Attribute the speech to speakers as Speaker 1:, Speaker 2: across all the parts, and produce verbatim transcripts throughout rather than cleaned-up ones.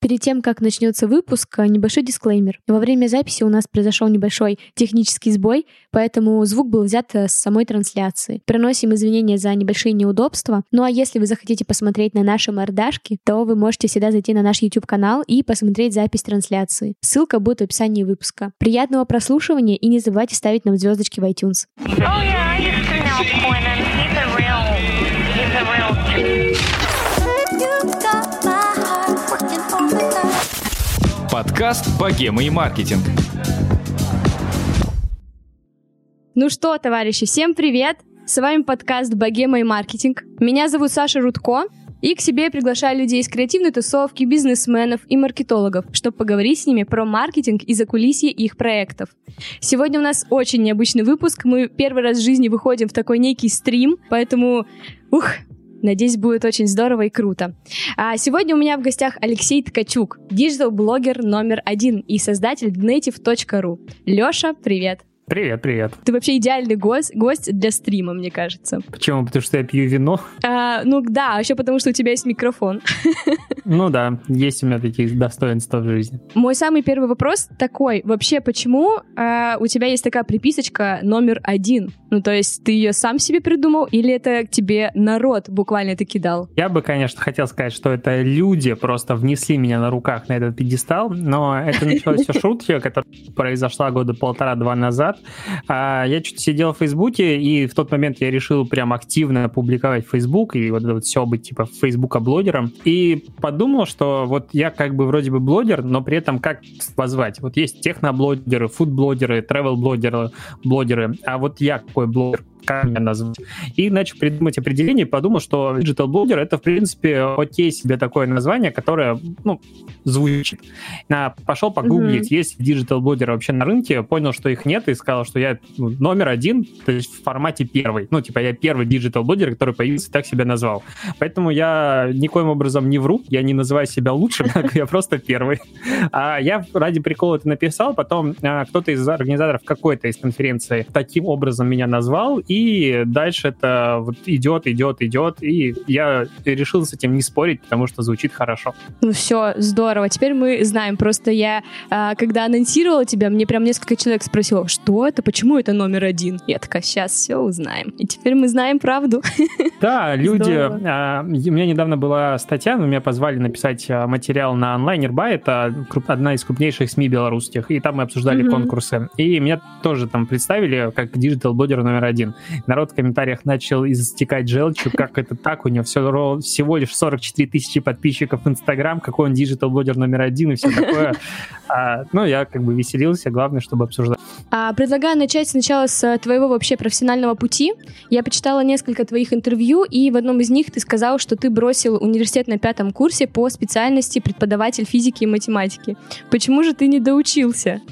Speaker 1: Перед тем, как начнется выпуск, небольшой дисклеймер. Во время записи у нас произошел небольшой технический сбой, поэтому звук был взят с самой трансляции. Приносим извинения за небольшие неудобства. Ну а если вы захотите посмотреть на наши мордашки, то вы можете всегда зайти на наш YouTube-канал и посмотреть запись трансляции. Ссылка будет в описании выпуска. Приятного прослушивания и не забывайте ставить нам звездочки в iTunes.
Speaker 2: Oh yeah, I used to know Quentin. He's a real, he's a real.
Speaker 3: Подкаст «Богема и маркетинг».
Speaker 1: Ну что, товарищи, всем привет! С вами подкаст «Богема и маркетинг». Меня зовут Саша Рудко, и к себе я приглашаю людей из креативной тусовки, бизнесменов и маркетологов, чтобы поговорить с ними про маркетинг и закулисье их проектов. Сегодня у нас очень необычный выпуск. Мы первый раз в жизни выходим в такой некий стрим, поэтому... Ух... Надеюсь, будет очень здорово и круто. А сегодня у меня в гостях Алексей Ткачук, диджитал-блогер номер один и создатель днейтив точка ру. Леша, привет.
Speaker 4: Привет, привет.
Speaker 1: Ты вообще идеальный гость, гость для стрима, мне кажется.
Speaker 4: Почему? Потому что я пью вино?
Speaker 1: А, ну да, еще потому что у тебя есть микрофон.
Speaker 4: Ну да, есть у меня такие достоинства в жизни.
Speaker 1: Мой самый первый вопрос такой. Вообще, почему а, у тебя есть такая приписочка номер один? Ну, то есть ты ее сам себе придумал или это к тебе народ буквально-таки дал?
Speaker 4: Я бы, конечно, хотел сказать, что это люди просто внесли меня на руках на этот пьедестал, но это началось все шутки, которая произошла года полтора-два назад. Я чуть сидел в Фейсбуке, и в тот момент я решил прям активно публиковать Фейсбук, и вот, вот все быть типа Фейсбука-блогером, и подумал, что вот я как бы вроде бы блогер, но при этом как позвать? Вот есть техноблогеры, фуд-блогеры, travel-блогеры, блогеры, а вот я какой блогер? Как меня назвать? И начал придумать определение и подумал, что диджитал-блогер — это, в принципе, окей себе такое название, которое, ну, звучит. А, пошел погуглить, mm-hmm. есть диджитал-блогеры вообще на рынке, понял, что их нет, и сказал, что я ну, номер один, то есть в формате первый. Ну, типа, я первый диджитал-блогер, который появился, так себя назвал. Поэтому я никоим образом не вру, я не называю себя лучшим, я просто первый. А я ради прикола это написал, потом кто-то из организаторов какой-то из конференции таким образом меня назвал, и дальше это вот идет, идет, идет, и я решил с этим не спорить, потому что звучит хорошо.
Speaker 1: Ну все, здорово. Теперь мы знаем. Просто я, когда анонсировала тебя, мне прям несколько человек спросило, что это, почему это номер один? Я такая, сейчас все узнаем. И теперь мы знаем правду.
Speaker 4: Да, люди... А, у меня недавно была статья, меня позвали написать материал на онлайн-ирбай, это одна из крупнейших СМИ белорусских, и там мы обсуждали mm-hmm. конкурсы. И меня тоже там представили как диджитал-блогер номер один. Народ в комментариях начал истекать желчью, как это так, у него все, всего лишь сорок четыре тысячи подписчиков в Инстаграм, какой он диджитал-блогер номер один и все такое. А, ну, я как бы веселился, главное, чтобы обсуждать.
Speaker 1: А, предлагаю начать сначала с твоего вообще профессионального пути. Я почитала несколько твоих интервью, и в одном из них ты сказал, что ты бросил университет на пятом курсе по специальности преподаватель физики и математики. Почему же ты не доучился?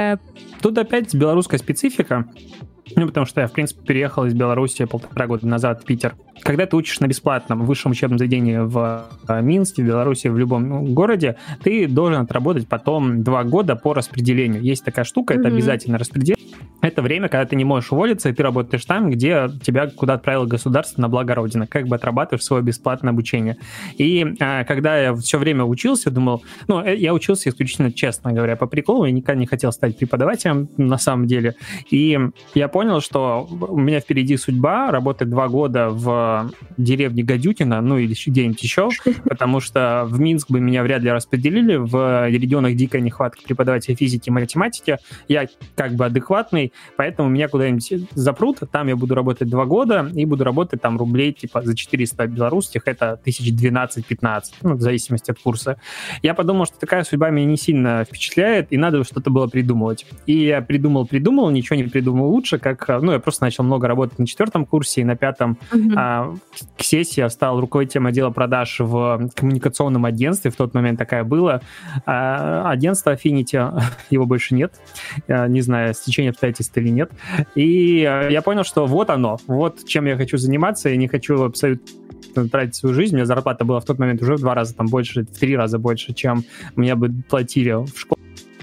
Speaker 4: Тут опять белорусская специфика. Ну, потому что я, в принципе, переехал из Беларуси полтора года назад в Питер. Когда ты учишься на бесплатном высшем учебном заведении в Минске, в Беларуси, в любом городе, ты должен отработать потом два года по распределению. Есть такая штука, mm-hmm. это обязательно распределение. Это время, когда ты не можешь уволиться, и ты работаешь там, где тебя куда отправило государство на благо Родины, как бы отрабатываешь свое бесплатное обучение. И а, когда я все время учился, думал, ну, я учился исключительно, честно говоря, по приколу, я никогда не хотел стать преподавателем на самом деле. И я понял, что у меня впереди судьба работать два года в деревне Гадютино, ну или где-нибудь еще, потому что в Минск бы меня вряд ли распределили, в регионах дикая нехватка преподавателей физики и математики, я как бы адекватный, поэтому меня куда-нибудь запрут, там я буду работать два года и буду работать там рублей типа за четыреста белорусских, это тысяч двенадцать-пятнадцать, ну, в зависимости от курса. Я подумал, что такая судьба меня не сильно впечатляет, и надо что-то было придумывать. И я придумал-придумал, ничего не придумал лучше, как, ну, я просто начал много работать на четвертом курсе, и на пятом mm-hmm. а, к сессии я стал руководителем отдела продаж в коммуникационном агентстве, в тот момент такая была. А, агентство Affinity, его больше нет, а, не знаю, стечение обстоятельств или нет. И а, я понял, что вот оно, вот чем я хочу заниматься, я не хочу абсолютно тратить свою жизнь, у меня зарплата была в тот момент уже в два раза там больше, в три раза больше, чем мне бы платили в школе.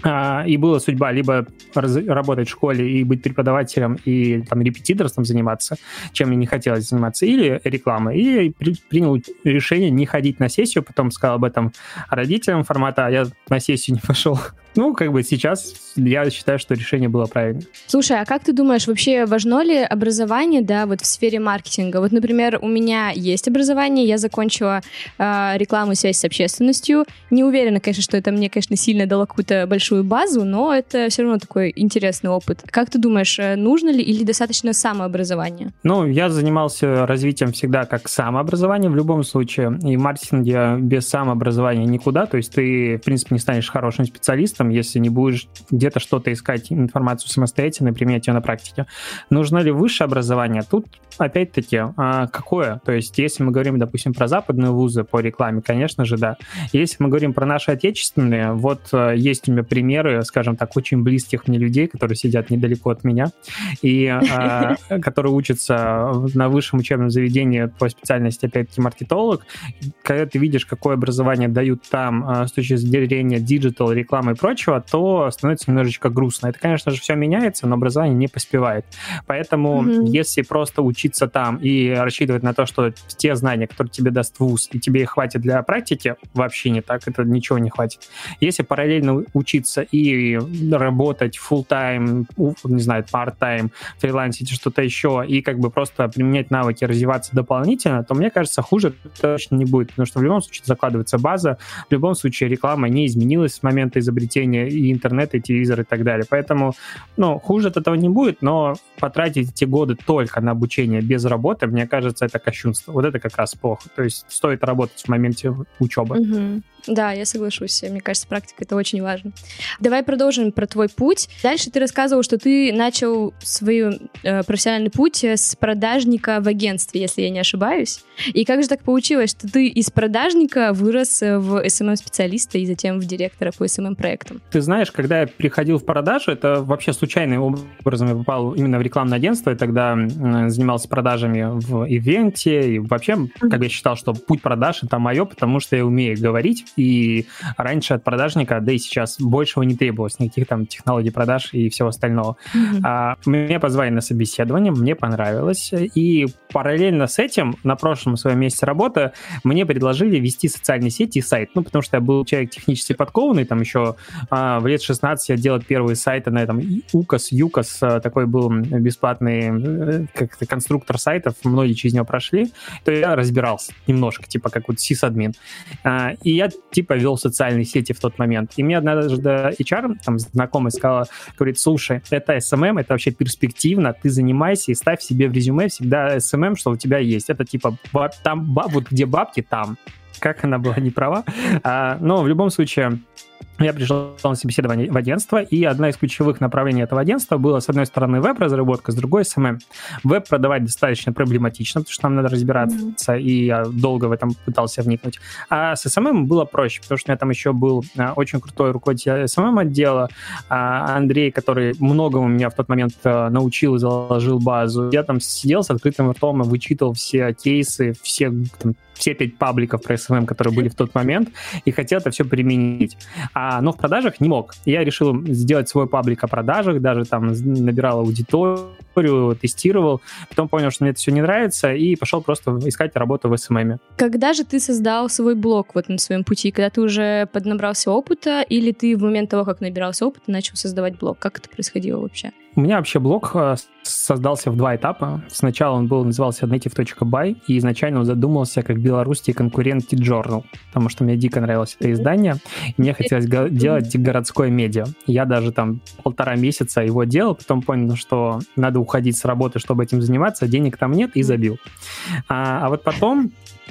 Speaker 4: А, и была судьба либо раз, работать в школе и быть преподавателем и там репетиторством заниматься, чем мне не хотелось заниматься, или рекламой. И при, принял решение не ходить на сессию, потом сказал об этом родителям формата, а я на сессию не пошел. Ну, как бы сейчас я считаю, что решение было правильным.
Speaker 1: Слушай, а как ты думаешь, вообще важно ли образование, да, вот в сфере маркетинга? Вот, например, у меня есть образование, я закончила э, рекламу и связь с общественностью. Не уверена, конечно, что это мне, конечно, сильно дало какую-то большую базу, но это все равно такой интересный опыт. Как ты думаешь, нужно ли или достаточно самообразование?
Speaker 4: Ну, я занимался развитием всегда как самообразование в любом случае, и в маркетинге без самообразования никуда, то есть ты, в принципе, не станешь хорошим специалистом, если не будешь где-то что-то искать, информацию самостоятельно и применять ее на практике. Нужно ли высшее образование? Тут, опять-таки, а какое? То есть, если мы говорим, допустим, про западные вузы по рекламе, конечно же, да. Если мы говорим про наши отечественные, вот есть у меня примеры, скажем так, очень близких мне людей, которые сидят недалеко от меня, и а, которые учатся на высшем учебном заведении по специальности, опять-таки, маркетолог. Когда ты видишь, какое образование дают там а, с точки зрения диджитал, рекламы и прочего, то становится немножечко грустно. Это, конечно же, все меняется, но образование не поспевает. Поэтому, mm-hmm. если просто учиться там и рассчитывать на то, что те знания, которые тебе даст вуз, и тебе их хватит для практики, вообще не так, это ничего не хватит. Если параллельно учиться и работать full-time, не знаю, part-time, фрилансить, что-то еще, и как бы просто применять навыки, развиваться дополнительно, то, мне кажется, хуже точно не будет, потому что в любом случае закладывается база, в любом случае реклама не изменилась с момента изобретения и интернет, и телевизор, и так далее. Поэтому, ну, хуже от этого не будет, но потратить эти годы только на обучение без работы, мне кажется, это кощунство. Вот это как раз плохо. То есть стоит работать в моменте учебы.
Speaker 1: Угу. Да, я соглашусь. Мне кажется, практика — это очень важно. Давай продолжим про твой путь. Дальше ты рассказывал, что ты начал свой э, профессиональный путь с продажника в агентстве, если я не ошибаюсь. И как же так получилось, что ты из продажника вырос в эс эм эм-специалиста и затем в директора по эс эм эм-проектам?
Speaker 4: Ты знаешь, когда я приходил в продажу, это вообще случайным образом я попал именно в рекламное агентство, и тогда э, занимался продажами в ивенте, и вообще, mm-hmm. как я считал, что путь продаж — это мое, потому что я умею говорить. И раньше от продажника, да и сейчас, большего не требовалось, никаких там технологий продаж и всего остального. Mm-hmm. А, меня позвали на собеседование, мне понравилось. И параллельно с этим на прошлом своем месте работы мне предложили вести социальные сети и сайт. Ну, потому что я был человек технически подкованный, там еще а, в лет шестнадцать я делал первые сайты на этом УКОС, ЮКОС, такой был бесплатный как-то конструктор сайтов, многие через него прошли, то я разбирался немножко, типа как вот сисадмин. А, и я типа вел социальные сети в тот момент. И мне однажды эйч ар, там, знакомый сказала, говорит, слушай, это эс эм эм, это вообще перспективно, ты занимайся и ставь себе в резюме всегда эс эм эм, что у тебя есть. Это типа, там, вот где бабки, там. Как она была не права. А, но в любом случае, я пришел на собеседование в агентство, и одна из ключевых направлений этого агентства была, с одной стороны, веб-разработка, с другой — эс эм эм. Веб продавать достаточно проблематично, потому что нам надо разбираться, mm-hmm. и я долго в этом пытался вникнуть. А с эс эм эм было проще, потому что у меня там еще был а, очень крутой руководитель эс эм эм-отдела, а, Андрей, который многому меня в тот момент а, научил и заложил базу. Я там сидел с открытым ртом и вычитывал все кейсы, все там, все пять пабликов про эс эм эм, которые были в тот момент, и хотел это все применить. А, но в продажах не мог. Я решил сделать свой паблик о продажах, даже там набирал аудиторию, тестировал, потом понял, что мне это все не нравится, и пошел просто искать работу в эс эм эм.
Speaker 1: Когда же ты создал свой блог вот на своем пути? Когда ты уже поднабрался опыта, или ты в момент того, как набирался опыта, начал создавать блог? Как это происходило вообще?
Speaker 4: У меня вообще блог создался в два этапа. Сначала он был, назывался native точка by, и изначально он задумался как белорусский конкурент T-Journal, потому что мне дико нравилось это издание, и мне хотелось го- делать городское медиа. Я даже там полтора месяца его делал, потом понял, что надо уходить с работы, чтобы этим заниматься, денег там нет, и забил. А, а вот потом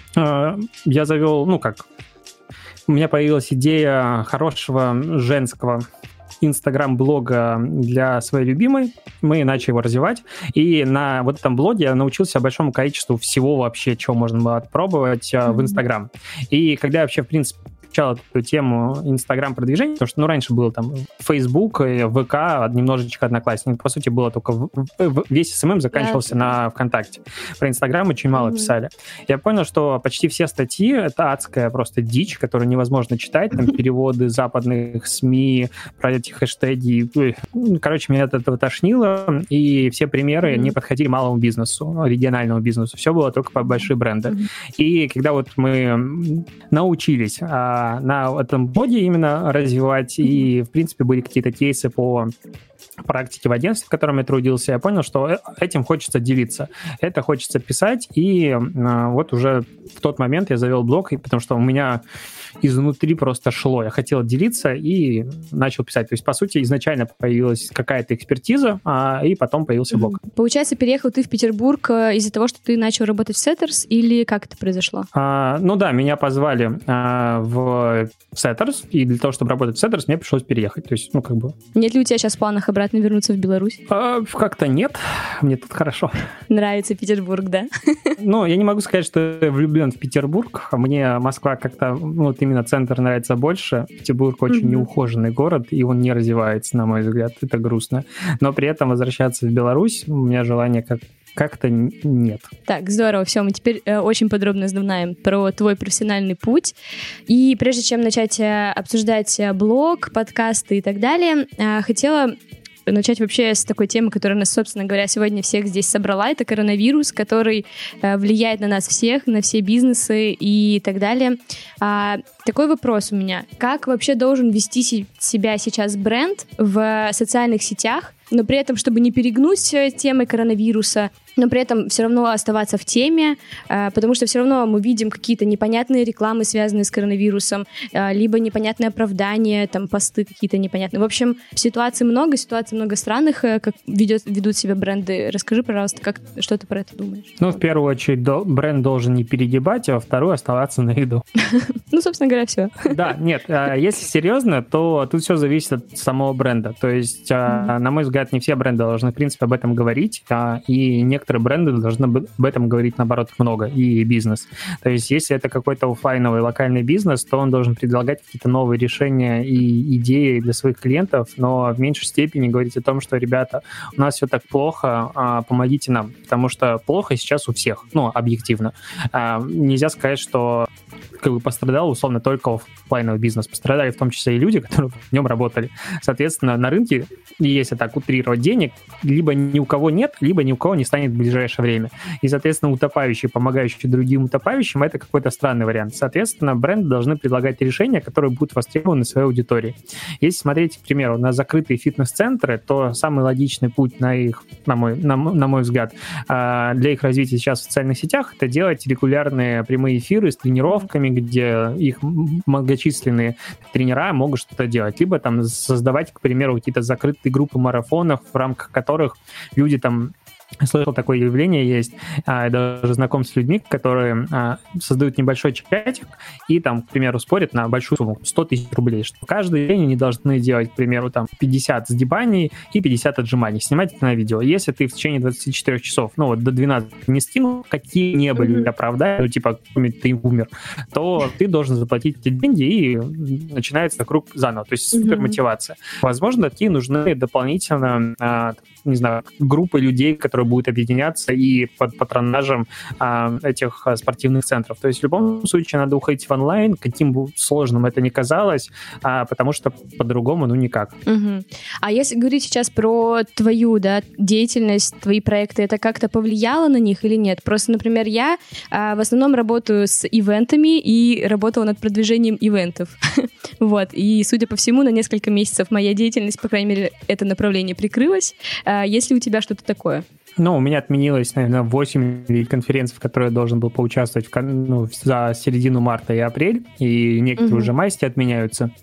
Speaker 4: э, я завел, ну как, у меня появилась идея хорошего женского инстаграм-блога для своей любимой, мы начали его развивать, и на вот этом блоге я научился большому количеству всего вообще, чего можно было отпробовать mm-hmm. в Инстаграм. И когда я вообще, в принципе, изучал эту тему Инстаграм-продвижения, потому что, ну, раньше было там Facebook, ВК, немножечко Одноклассник. По сути, было только... В, в, весь СММ заканчивался да. на ВКонтакте. Про Инстаграм очень мало mm-hmm. писали. Я понял, что почти все статьи — это адская просто дичь, которую невозможно читать. Там переводы западных СМИ про эти хэштеги. Короче, меня от этого тошнило, и все примеры mm-hmm. не подходили малому бизнесу, региональному бизнесу. Все было только по большие бренды. Mm-hmm. И когда вот мы научились а, на этом боде именно развивать, mm-hmm. и, в принципе, были какие-то кейсы по практике в агентстве, в котором я трудился, я понял, что этим хочется делиться. Это хочется писать, и а, вот уже в тот момент я завел блог, и, потому что у меня изнутри просто шло. Я хотел делиться и начал писать. То есть, по сути, изначально появилась какая-то экспертиза, а, и потом появился блог.
Speaker 1: Получается, переехал ты в Петербург из-за того, что ты начал работать в Setters, или как это произошло?
Speaker 4: А, ну да, меня позвали а, в Setters, и для того, чтобы работать в Setters, мне пришлось переехать. То есть, ну, как бы...
Speaker 1: Нет ли у тебя сейчас в планах обратно вернуться в Беларусь?
Speaker 4: А, как-то нет. Мне тут хорошо.
Speaker 1: Нравится Петербург, да?
Speaker 4: Ну, я не могу сказать, что я влюблен в Петербург. Мне Москва как-то... Ну, вот именно центр нравится больше. Петербург очень mm-hmm. неухоженный город, и он не развивается, на мой взгляд. Это грустно. Но при этом возвращаться в Беларусь у меня желания как как-то нет.
Speaker 1: Так, здорово, все, мы теперь э, очень подробно знаем про твой профессиональный путь. И прежде чем начать э, обсуждать э, блог, подкасты и так далее, э, хотела начать вообще с такой темы, которая нас, собственно говоря, сегодня всех здесь собрала. Это коронавирус, который э, влияет на нас всех, на все бизнесы и так далее. А, такой вопрос у меня. Как вообще должен вести си- себя сейчас бренд в социальных сетях, но при этом, чтобы не перегнуть темой коронавируса, но при этом все равно оставаться в теме, потому что все равно мы видим какие-то непонятные рекламы, связанные с коронавирусом, либо непонятные оправдания, там, посты какие-то непонятные. В общем, ситуаций много, ситуаций много странных, как ведет, ведут себя бренды. Расскажи, пожалуйста, как, что ты про это думаешь?
Speaker 4: Ну, в первую очередь, бренд должен не перегибать, а во вторую оставаться на виду.
Speaker 1: Ну, собственно говоря, все.
Speaker 4: Да, нет, если серьезно, то тут все зависит от самого бренда. То есть, на мой взгляд, не все бренды должны, в принципе, об этом говорить, и некоторые бренды должны об этом говорить, наоборот, много, и бизнес. То есть, если это какой-то офлайновый локальный бизнес, то он должен предлагать какие-то новые решения и идеи для своих клиентов, но в меньшей степени говорить о том, что, ребята, у нас все так плохо, помогите нам, потому что плохо сейчас у всех, ну, объективно. Нельзя сказать, что как бы пострадал, условно, только офлайновый бизнес. Пострадали в том числе и люди, которые в нем работали. Соответственно, на рынке, если так утрировать, денег либо ни у кого нет, либо ни у кого не станет в ближайшее время. И, соответственно, утопающие, помогающие другим утопающим, это какой-то странный вариант. Соответственно, бренды должны предлагать решения, которые будут востребованы своей аудиторией. Если смотреть, к примеру, на закрытые фитнес-центры, то самый логичный путь на их, на мой, на, на мой взгляд, для их развития сейчас в социальных сетях, это делать регулярные прямые эфиры с тренировками, где их многочисленные тренера могут что-то делать. Либо там создавать, к примеру, какие-то закрытые группы марафонов, в рамках которых люди там... Слышал, такое явление есть, а, даже знаком с людьми, которые а, создают небольшой чатик и там, к примеру, спорят на большую сумму, сто тысяч рублей, что каждый день они должны делать, к примеру, там пятьдесят сгибаний и пятьдесят отжиманий, снимать это на видео. Если ты в течение двадцати четырёх часов, ну вот до двенадцати не скинул, какие не были оправдания, ну типа ты умер, то ты должен заплатить эти деньги, и начинается круг заново, то есть супер мотивация. Возможно, такие нужны дополнительно, а, не знаю, группы людей, которые будут объединяться и под патронажем а, этих а, спортивных центров. То есть в любом случае надо уходить в онлайн, каким бы сложным это ни казалось, а, потому что по-другому, ну, никак.
Speaker 1: Угу. А если говорить сейчас про твою, да, деятельность, твои проекты, это как-то повлияло на них или нет? Просто, например, я а, в основном работаю с ивентами и работала над продвижением ивентов. Вот. И, судя по всему, на несколько месяцев моя деятельность, по крайней мере, это направление прикрылось. А, есть ли у тебя что-то такое?
Speaker 4: Ну, у меня отменилось, наверное, восемь конференций, в которых я должен был поучаствовать в, ну, за середину марта и апрель, и некоторые mm-hmm. уже майские отменяются.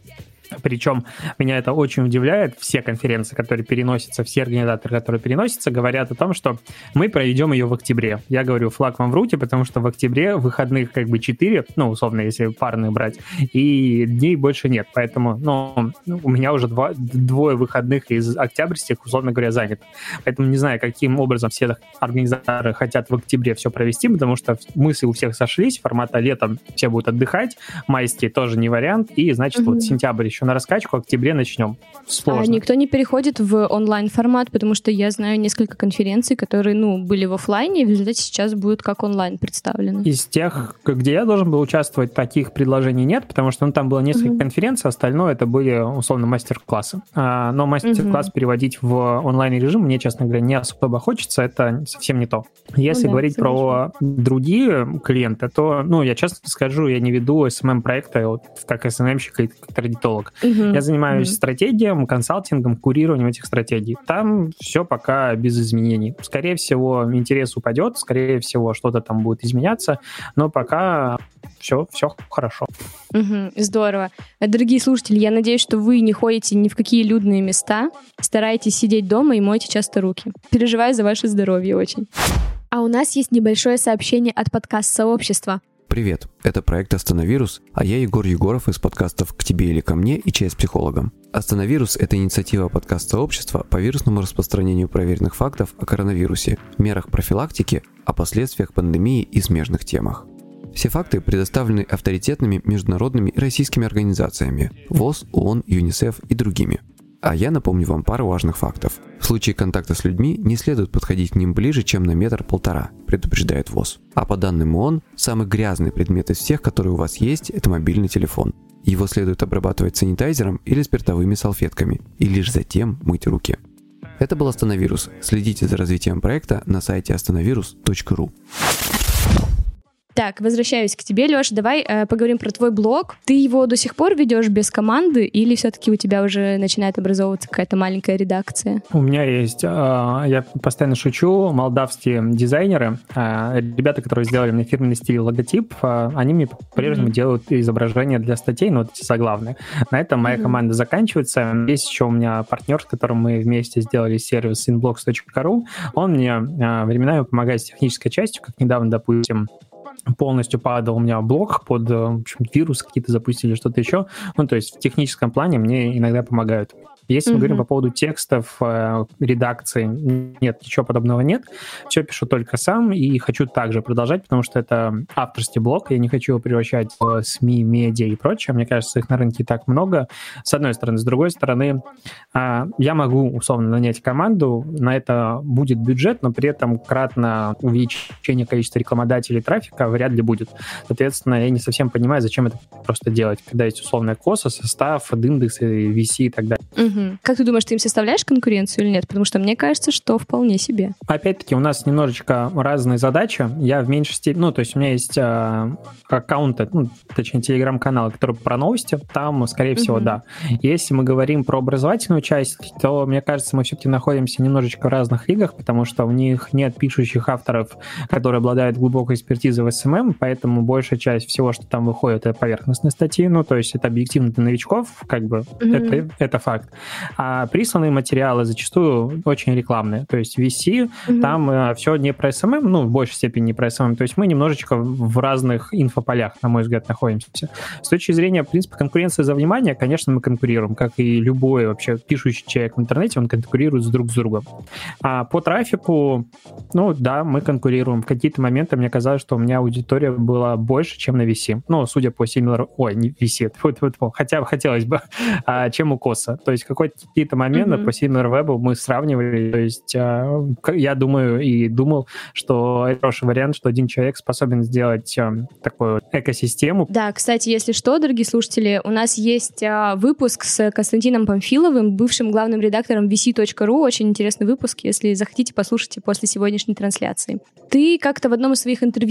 Speaker 4: Причем меня это очень удивляет. Все конференции, которые переносятся, все организаторы, которые переносятся, говорят о том, что мы проведем ее в октябре. Я говорю, флаг вам в руки, потому что в октябре выходных как бы четыре, ну, условно, если парные брать, и дней больше нет. Поэтому, ну, у меня уже два, двое выходных из октябрьских, условно говоря, занято. Поэтому не знаю, каким образом все организаторы хотят в октябре все провести, потому что мысли у всех сошлись, формата летом все будут отдыхать, майские тоже не вариант, и, значит, mm-hmm. вот сентябрь еще на раскачку, в октябре начнем. Сложно.
Speaker 1: А никто не переходит в онлайн-формат, потому что я знаю несколько конференций, которые, ну, были в офлайне, и в результате сейчас будут как онлайн представлены.
Speaker 4: Из тех, где я должен был участвовать, таких предложений нет, потому что ну, там было несколько uh-huh. конференций, остальное это были, условно, мастер-классы. А, но мастер-класс uh-huh. переводить в онлайн-режим мне, честно говоря, не особо хочется, это совсем не то. Если ну, говорить да, про другие клиенты, то, ну, я честно скажу, я не веду эс эм эм-проекты вот, как эс эм эм-щик и как таргетолог. Uh-huh. Я занимаюсь uh-huh. стратегией, консалтингом, курированием этих стратегий. Там все пока без изменений. Скорее всего, интерес упадет, скорее всего, что-то там будет изменяться, но пока все, все хорошо.
Speaker 1: Угу, здорово. Дорогие слушатели, я надеюсь, что вы не ходите ни в какие людные места, стараетесь сидеть дома и мойте часто руки. Переживаю за ваше здоровье очень. А у нас есть небольшое сообщение от подкаст-сообщества.
Speaker 5: Привет, это проект «Остановирус», а я Егор Егоров из подкастов «К тебе или ко мне» и «Чай с психологом». «Остановирус» — это инициатива подкаст-сообщества по вирусному распространению проверенных фактов о коронавирусе, мерах профилактики, о последствиях пандемии и смежных темах. Все факты предоставлены авторитетными международными и российскими организациями – ВОЗ, ООН, ЮНИСЕФ и другими. А я напомню вам пару важных фактов. В случае контакта с людьми не следует подходить к ним ближе, чем на метр-полтора, предупреждает ВОЗ. А по данным ООН, самый грязный предмет из всех, которые у вас есть, это мобильный телефон. Его следует обрабатывать санитайзером или спиртовыми салфетками, и лишь затем мыть руки. Это был «Остановирус». Следите за развитием проекта на сайте остановирус точка ру.
Speaker 1: Так, возвращаюсь к тебе, Лёш. Давай э, поговорим про твой блог. Ты его до сих пор ведешь без команды или все-таки у тебя уже начинает образовываться какая-то маленькая редакция?
Speaker 4: У меня есть, э, я постоянно шучу, молдавские дизайнеры, э, ребята, которые сделали мне фирменный стиль логотип, э, они мне по-прежнему mm-hmm. делают изображения для статей, ну, вот эти заглавные. На этом моя mm-hmm. команда заканчивается. Есть еще у меня партнер, с которым мы вместе сделали сервис инблокс точка ру. Он мне э, временами помогает с технической частью, как недавно, допустим, полностью падал у меня блог под, в общем, вирус какие-то запустили, что-то еще. Ну, то есть в техническом плане мне иногда помогают. Если mm-hmm. мы говорим по поводу текстов, э, редакции, нет, ничего подобного нет. Все пишу только сам и хочу также продолжать, потому что это авторский блог, я не хочу его превращать в СМИ, медиа и прочее. Мне кажется, их на рынке так много. С одной стороны. С другой стороны, э, я могу, условно, нанять команду, на это будет бюджет, но при этом кратно увеличение количества рекламодателей трафика вряд ли будет. Соответственно, я не совсем понимаю, зачем это просто делать, когда есть условная коса, состав, индекс, ви си и так далее.
Speaker 1: Угу. Как ты думаешь, ты им составляешь конкуренцию или нет? Потому что мне кажется, что вполне себе.
Speaker 4: Опять-таки, у нас немножечко разные задачи. Я в меньшей степени... Ну, то есть у меня есть э, аккаунты, ну, точнее, телеграм-каналы, которые про новости. Там, скорее всего, угу. да. Если мы говорим про образовательную часть, то, мне кажется, мы все-таки находимся немножечко в разных лигах, потому что у них нет пишущих авторов, которые обладают глубокой экспертизой в эс эм эм, поэтому большая часть всего, что там выходит, это поверхностные статьи. Ну, то есть это объективно для новичков, как бы, угу. это, это факт. А присланные материалы зачастую очень рекламные. То есть ви си, mm-hmm. там э, все не про эс эм эм, ну, в большей степени не про эс эм эм. То есть мы немножечко в разных инфополях, на мой взгляд, находимся. С точки зрения, в принципе, конкуренции за внимание, конечно, мы конкурируем, как и любой вообще пишущий человек в интернете, он конкурирует с друг с другом. А по трафику, ну, да, мы конкурируем. В какие-то моменты мне казалось, что у меня аудитория была больше, чем на ви си. Ну, судя по Similar... Ой, не ви си, хотя бы хотелось бы, а, чем у Коса. То есть какие-то моменты mm-hmm. по SimilarWeb мы сравнивали. То есть э, я думаю и думал, что это хороший вариант, что один человек способен сделать э, такую экосистему.
Speaker 1: Да, кстати, если что, дорогие слушатели, у нас есть э, выпуск с Константином Памфиловым, бывшим главным редактором ви си точка ру. Очень интересный выпуск, если захотите, послушайте после сегодняшней трансляции. Ты как-то в одном из своих интервью говорил,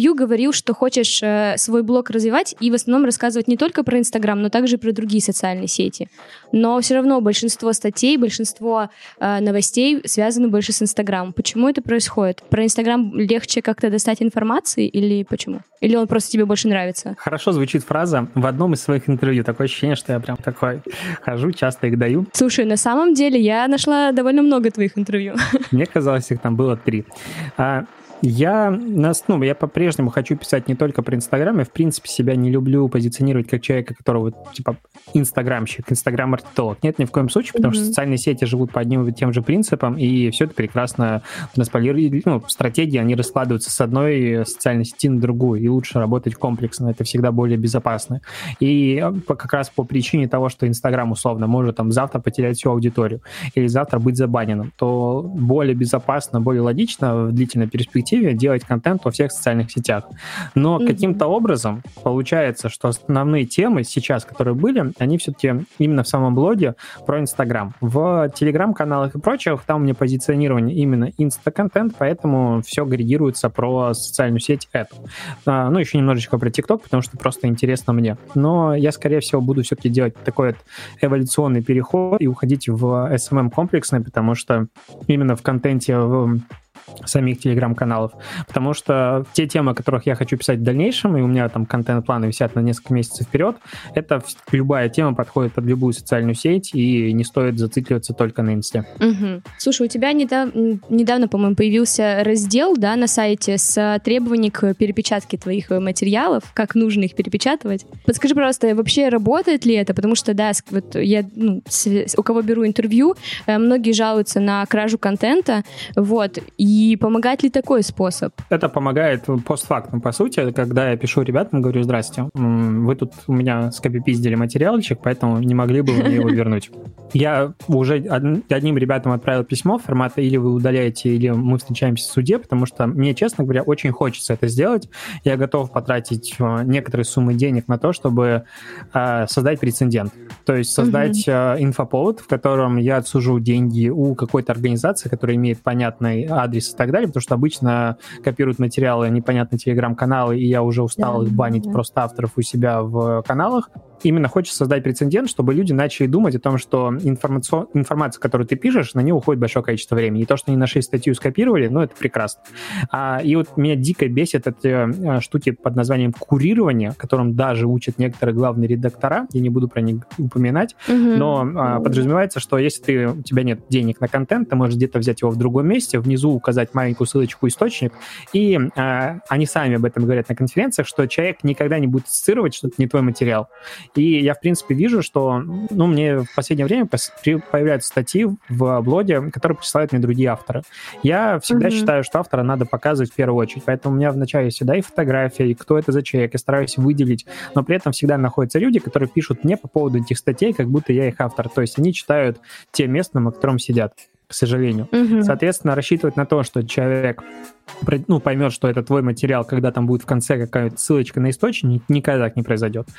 Speaker 1: говорил, что хочешь э, свой блог развивать и в основном рассказывать не только про Инстаграм, но также про другие социальные сети. Но все равно большинство статей, большинство э, новостей связаны больше с Инстаграмом. Почему это происходит? Про Инстаграм легче как-то достать информации или почему? Или он просто тебе больше нравится?
Speaker 4: Хорошо звучит фраза в одном из своих интервью. Такое ощущение, что я прям такой хожу, часто их даю.
Speaker 1: Слушай, на самом деле я нашла довольно много твоих интервью.
Speaker 4: Мне казалось, их там было три. А, я, ну, я по-прежнему хочу писать не только про Инстаграм, я, в принципе, себя не люблю позиционировать как человека, которого, типа, инстаграмщик, инстаграм-маркетолог. Нет, ни в коем случае, потому mm-hmm. что социальные сети живут по одним и тем же принципам, и все это прекрасно у нас полирует. Ну, стратегии, они раскладываются с одной социальной сети на другую, и лучше работать комплексно, это всегда более безопасно. И как раз по причине того, что Инстаграм, условно, может там завтра потерять всю аудиторию, или завтра быть забаненным, то более безопасно, более логично в длительной перспективе делать контент во всех социальных сетях. Но mm-hmm. каким-то образом получается, что основные темы сейчас, которые были, они все-таки именно в самом блоге про Инстаграм. В Телеграм-каналах и прочих там у меня позиционирование именно инста-контент, поэтому все агрегируется про социальную сеть эту. А, ну, еще немножечко про ТикТок, потому что просто интересно мне. Но я, скорее всего, буду все-таки делать такой вот эволюционный переход и уходить в эс эм эм-комплексный, потому что именно в контенте в самих телеграм-каналов, потому что те темы, о которых я хочу писать в дальнейшем, и у меня там контент-планы висят на несколько месяцев вперед, это любая тема подходит под любую социальную сеть, и не стоит зацикливаться только на инсте.
Speaker 1: Угу. Слушай, у тебя недавно, недавно, по-моему, появился раздел, да, на сайте с требованием к перепечатке твоих материалов, как нужно их перепечатывать. Подскажи, пожалуйста, вообще работает ли это? Потому что, да, вот я, ну, с, у кого беру интервью, многие жалуются на кражу контента, вот, и И помогает ли такой способ?
Speaker 4: Это помогает постфактум, по сути. Когда я пишу ребятам, говорю: здрасте, вы тут у меня скопипиздили материалчик, поэтому не могли бы вы мне его вернуть. Я уже одним ребятам отправил письмо формата: или вы удаляете, или мы встречаемся в суде, потому что мне, честно говоря, очень хочется это сделать. Я готов потратить некоторые суммы денег на то, чтобы создать прецедент. То есть создать mm-hmm. инфоповод, в котором я отсужу деньги у какой-то организации, которая имеет понятный адрес и так далее, потому что обычно копируют материалы непонятные телеграм-каналы, и я уже устал их банить yeah. просто авторов у себя в каналах. Именно хочется создать прецедент, чтобы люди начали думать о том, что информация, информация, которую ты пишешь, на нее уходит большое количество времени. И то, что они нашли статью и скопировали, ну, это прекрасно. А, и вот меня дико бесит эти а, штуки под названием курирование, которым даже учат некоторые главные редактора, я не буду про них упоминать, mm-hmm. но а, подразумевается, что если ты, у тебя нет денег на контент, ты можешь где-то взять его в другом месте, внизу указать маленькую ссылочку «Источник», и а, они сами об этом говорят на конференциях, что человек никогда не будет цитировать, что это не твой материал. И я, в принципе, вижу, что, ну, мне в последнее время появляются статьи в блоге, которые присылают мне другие авторы. Я всегда mm-hmm. считаю, что автора надо показывать в первую очередь, поэтому у меня вначале всегда и фотография, и кто это за человек, я стараюсь выделить, но при этом всегда находятся люди, которые пишут мне по поводу этих статей, как будто я их автор, то есть они читают те места, на котором сидят, к сожалению. Mm-hmm. Соответственно, рассчитывать на то, что человек ну, поймет, что это твой материал, когда там будет в конце какая-то ссылочка на источник, никогда так не произойдет.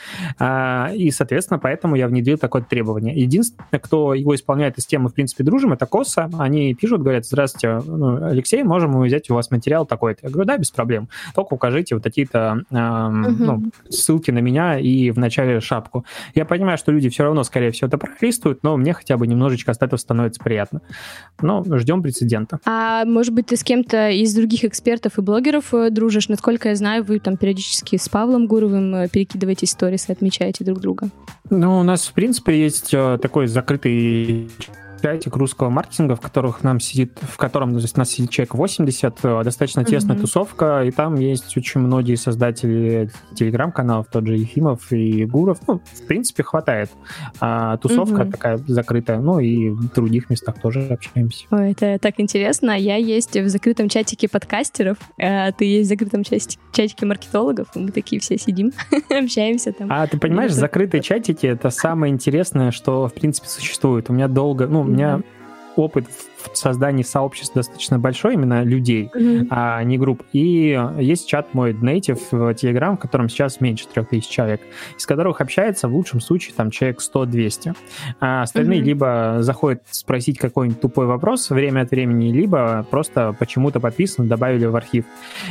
Speaker 4: А, и, соответственно, поэтому я внедрил такое требование. Единственное, кто его исполняет из темы, в принципе, дружим, это Коса. Они пишут, говорят: здравствуйте, ну, Алексей, можем мы взять у вас материал такой-то? Я говорю: да, без проблем. Только укажите вот какие-то э, uh-huh. ну, ссылки на меня и в начале шапку. Я понимаю, что люди все равно, скорее всего, это пролистывают, но мне хотя бы немножечко от этого становится приятно. Но ждем прецедента.
Speaker 1: А может быть, ты с кем-то из других экспертов и блогеров дружишь? Насколько я знаю, вы там периодически с Павлом Гуровым перекидываете сторисы, отмечаете друг друга.
Speaker 4: Ну, у нас, в принципе, есть такой закрытый чатик русского маркетинга, в которых нам сидит, в котором у нас сидит человек восемьдесят, достаточно тесная mm-hmm. тусовка, и там есть очень многие создатели телеграм-каналов, тот же Ефимов и Гуров. Ну, в принципе, хватает. А тусовка mm-hmm. такая закрытая, ну и в других местах тоже общаемся.
Speaker 1: Ой, это так интересно. Я есть в закрытом чатике подкастеров, а ты есть в закрытом чатике маркетологов, мы такие все сидим, общаемся там.
Speaker 4: А ты понимаешь, закрытые чатики — это самое интересное, что, в принципе, существует. У меня долго, ну, у меня опыт в создании сообществ достаточно большой, именно людей, mm-hmm. а не групп. И есть чат мой Native в Telegram, в котором сейчас меньше трех тысяч человек, из которых общается в лучшем случае там человек сто-двести. А остальные mm-hmm. либо заходят спросить какой-нибудь тупой вопрос время от времени, либо просто почему-то подписаны, добавили в архив.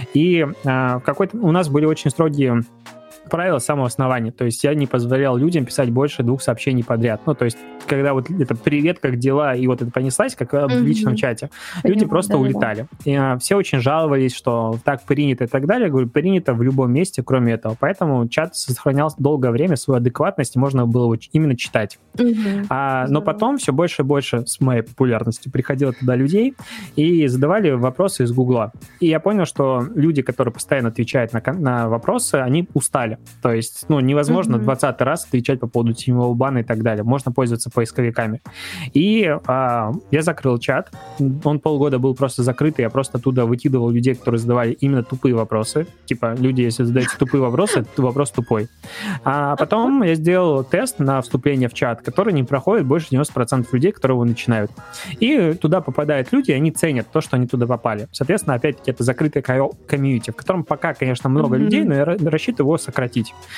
Speaker 4: И а, какой-то у нас были очень строгие правило с самого основания. То есть я не позволял людям писать больше двух сообщений подряд. Ну, то есть, когда вот это «привет, как дела?» и вот это понеслась, как mm-hmm. в личном чате, Понятно, люди просто да, улетали. Да. И, а, все очень жаловались, что так принято и так далее. Я говорю, принято в любом месте, кроме этого. Поэтому чат сохранял долгое время свою адекватность, и можно было именно читать. Mm-hmm. А, но потом все больше и больше с моей популярностью приходило туда людей и задавали вопросы из Гугла. И я понял, что люди, которые постоянно отвечают на, на вопросы, они устали. То есть, ну, невозможно двадцатый mm-hmm. раз отвечать по поводу теневого бана и так далее. Можно пользоваться поисковиками. И а, я закрыл чат. Он полгода был просто закрытый. Я просто оттуда выкидывал людей, которые задавали именно тупые вопросы. Типа, люди, если задаете тупые вопросы, то вопрос тупой. А потом я сделал тест на вступление в чат, который не проходит больше девяносто процентов людей, которые его начинают. И туда попадают люди, и они ценят то, что они туда попали. Соответственно, опять-таки, это закрытое комьюнити, в котором пока, конечно, много mm-hmm. людей, но я рассчитываю его сократить.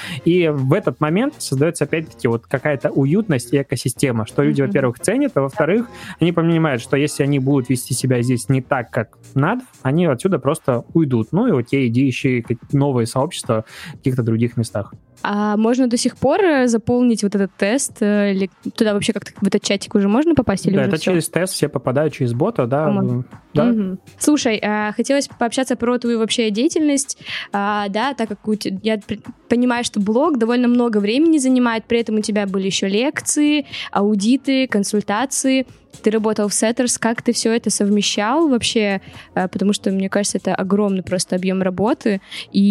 Speaker 4: И в этот момент создается, опять-таки, вот какая-то уютность и экосистема, что люди, mm-hmm. во-первых, ценят, а во-вторых, они понимают, что если они будут вести себя здесь не так, как надо, они отсюда просто уйдут. Ну и вот те иди ищи новые сообщества в каких-то других местах.
Speaker 1: А можно до сих пор заполнить вот этот тест? Или туда вообще как-то в этот чатик уже можно попасть? Или
Speaker 4: да,
Speaker 1: уже
Speaker 4: это
Speaker 1: все?
Speaker 4: Через тест все попадают через бота, да. да.
Speaker 1: Угу. Слушай, хотелось пообщаться про твою вообще деятельность, да, так как у тебя, я понимаю, что блог довольно много времени занимает, при этом у тебя были еще лекции, аудиты, консультации. Ты работал в Setters, как ты все это совмещал вообще? Потому что, мне кажется, это огромный просто объем работы.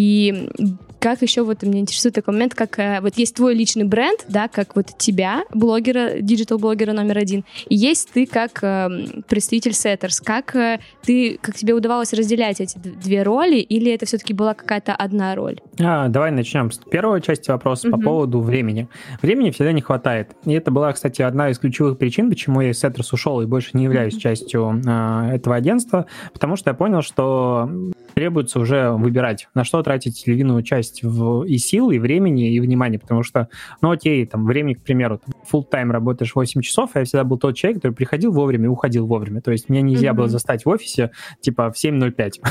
Speaker 1: И как еще вот меня интересует такой момент, как вот есть твой личный бренд, да, как вот тебя, блогера, диджитал-блогера номер один, и есть ты как э, представитель Setters. Как э, ты, как тебе удавалось разделять эти две роли, или это все-таки была какая-то одна роль?
Speaker 4: А, давай начнем с первой части вопроса uh-huh. по поводу времени. Времени всегда не хватает. И это была, кстати, одна из ключевых причин, почему я из Setters ушел и больше не являюсь uh-huh. частью э, этого агентства, потому что я понял, что требуется уже выбирать, на что тратить львиную часть в, и сил, и времени, и внимания, потому что, ну окей, там, времени, к примеру, full-time работаешь восемь часов, а я всегда был тот человек, который приходил вовремя и уходил вовремя, то есть меня нельзя mm-hmm. было застать в офисе, типа, в семь ноль пять.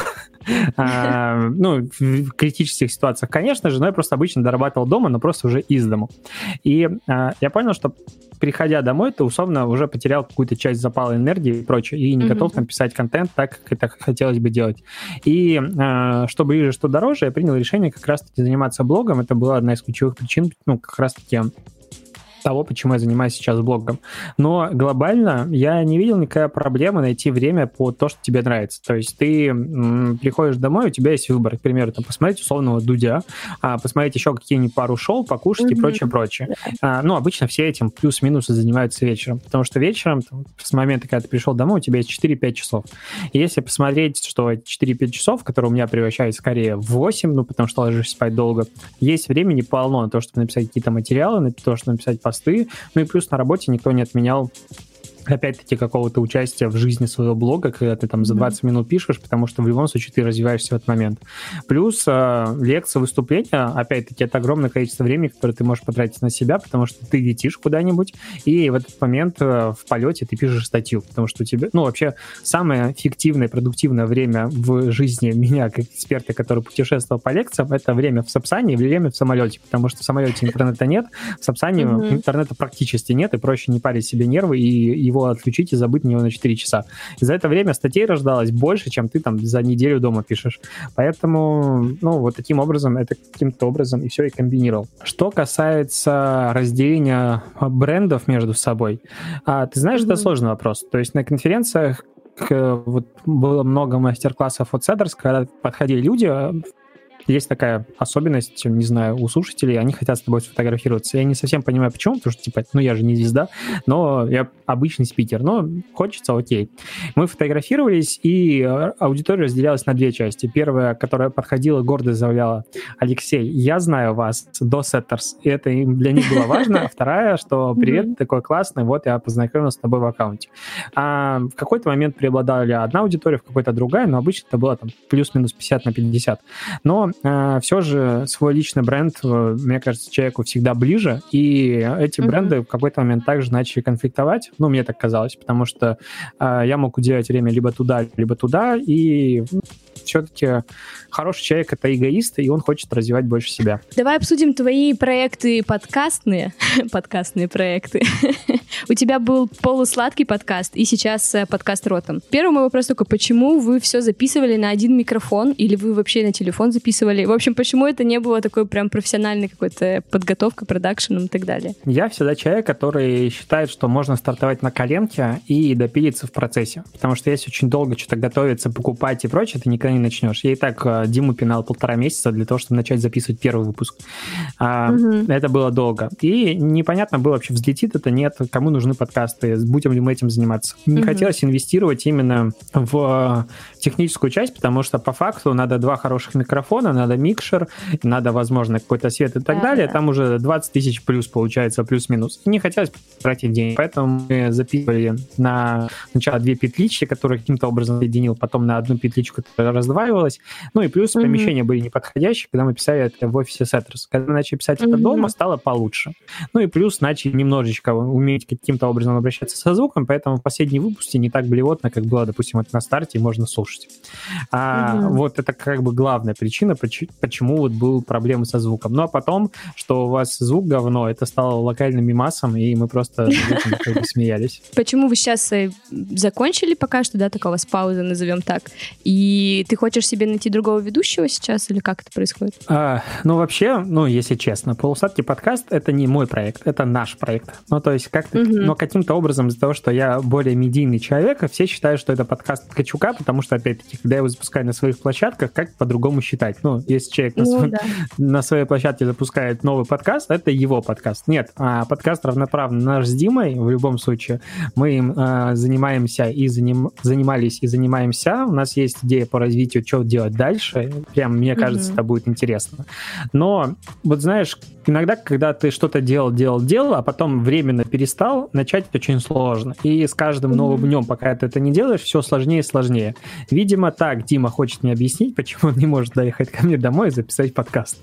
Speaker 4: Ну, в критических ситуациях, конечно же, но я просто обычно дорабатывал дома, но просто уже из дому. И я понял, что приходя домой, ты условно уже потерял какую-то часть запала энергии и прочее, и не mm-hmm. готов там писать контент так, как это хотелось бы делать. И э, что ближе, что дороже, я принял решение как раз-таки заниматься блогом. Это была одна из ключевых причин, ну, как раз-таки того, почему я занимаюсь сейчас блогом. Но глобально я не видел никакой проблемы найти время по то, что тебе нравится. То есть ты м, приходишь домой, у тебя есть выбор. К примеру, там, посмотреть условного Дудя, а, посмотреть еще какие-нибудь пару шоу, покушать mm-hmm. и прочее-прочее. А, ну, обычно все этим плюс-минус занимаются вечером. Потому что вечером, там, с момента, когда ты пришел домой, у тебя есть четыре-пять часов. И если посмотреть, что четыре-пять часов, которые у меня превращаются скорее в восемь, ну, потому что ложишься спать долго, есть времени полно на то, чтобы написать какие-то материалы, на то, чтобы написать посты. Ну и плюс на работе никто не отменял опять-таки какого-то участия в жизни своего блога, когда ты там за двадцать mm-hmm. минут пишешь, потому что в любом случае ты развиваешься в этот момент. Плюс э, лекции, выступления, опять-таки, это огромное количество времени, которое ты можешь потратить на себя, потому что ты летишь куда-нибудь, и в этот момент э, в полете ты пишешь статью, потому что у тебя, ну, вообще, самое эффективное, продуктивное время в жизни меня, как эксперта, который путешествовал по лекциям, это время в Сапсане и время в самолете, потому что в самолете интернета нет, в Сапсане mm-hmm. интернета практически нет, и проще не парить себе нервы, и его отключить и забыть на него на четыре часа. И за это время статей рождалось больше, чем ты там за неделю дома пишешь. Поэтому, ну, вот таким образом, это каким-то образом и все и комбинировал. Что касается разделения брендов между собой, а, ты знаешь, mm-hmm. это сложный вопрос. То есть на конференциях вот, было много мастер-классов от Setters, когда подходили люди, есть такая особенность, не знаю, у слушателей, они хотят с тобой сфотографироваться. Я не совсем понимаю, почему, потому что, типа, ну, я же не звезда, но я обычный спикер, но хочется, окей. Мы фотографировались, и аудитория разделялась на две части. Первая, которая подходила, гордо заявляла: Алексей, я знаю вас, до Setters, и это для них было важно. А вторая, что привет, mm-hmm. такой классный, вот я познакомился с тобой в аккаунте. А в какой-то момент преобладали одна аудитория, в какой-то другая, но обычно это было там плюс-минус пятьдесят на пятьдесят. Но а, все же свой личный бренд, мне кажется, человеку всегда ближе, и эти mm-hmm. бренды в какой-то момент также начали конфликтовать, ну, мне так казалось, потому что а, я мог уделять время либо туда, либо туда, и все-таки хороший человек — это эгоист, и он хочет развивать больше себя.
Speaker 1: Давай обсудим твои проекты подкастные. Подкастные проекты. У тебя был полусладкий подкаст, и сейчас подкаст Ротом. Первый мой вопрос только: почему вы все записывали на один микрофон, или вы вообще на телефон записывали? В общем, почему это не было такой прям профессиональной какой-то подготовкой, продакшеном и так далее? Я
Speaker 4: всегда человек, который считает, что можно стартовать на коленке и допилиться в процессе. Потому что если очень долго что-то готовиться, покупать и прочее, ты никогда не начнешь. Я и так Диму пинал полтора месяца для того, чтобы начать записывать первый выпуск. Mm-hmm. Это было долго. И непонятно было вообще, взлетит это, нет, кому нужны подкасты, будем ли мы этим заниматься. Не mm-hmm. хотелось инвестировать именно в техническую часть, потому что по факту надо два хороших микрофона, надо микшер, надо, возможно, какой-то свет и так yeah, далее. Yeah. Там уже двадцать тысяч плюс получается, плюс-минус. И не хотелось тратить деньги. Поэтому мы записывали на сначала две петлички, которые каким-то образом соединил, потом на одну петличку, которая раздваивалась. Ну и плюс mm-hmm. помещения были неподходящие, когда мы писали это в офисе Setters. Когда начали писать mm-hmm. это дома, стало получше. Ну и плюс начали немножечко уметь каким-то образом обращаться со звуком, поэтому в последнем выпуске не так блевотно, как было, допустим, это на старте, и можно слушать. А, mm-hmm. Вот это как бы главная причина, почему вот был проблемы со звуком. Ну а потом, что у вас звук говно, это стало локальным мемасом, и мы просто смеялись. Почему вы сейчас закончили пока что, да, такого с паузы, назовем так, и ты хочешь себе найти другого ведущего сейчас, или как это происходит? А, ну вообще, ну если честно, полусладкий подкаст — это не мой проект, это наш проект. Ну то есть как-то, mm-hmm. но каким-то образом из-за того, что я более медийный человек, все считают, что это подкаст Ткачука, потому что, опять-таки, когда я его запускаю на своих площадках, как по-другому считать? Ну, если человек ну, на, свой, да. на своей площадке запускает новый подкаст, это его подкаст. Нет, а подкаст равноправно наш с Димой, в любом случае. Мы им а, занимаемся и заним, занимались и занимаемся. У нас есть идея по развитию, что делать дальше. Прям, мне кажется, mm-hmm. это будет интересно. Но, вот знаешь, иногда, когда ты что-то делал, делал, делал, а потом временно перестал, начать это очень сложно. И с каждым mm-hmm. новым днем, пока ты это не делаешь, все сложнее и сложнее. Видимо, так Дима хочет мне объяснить, почему он не может доехать ко мне домой и записать подкаст.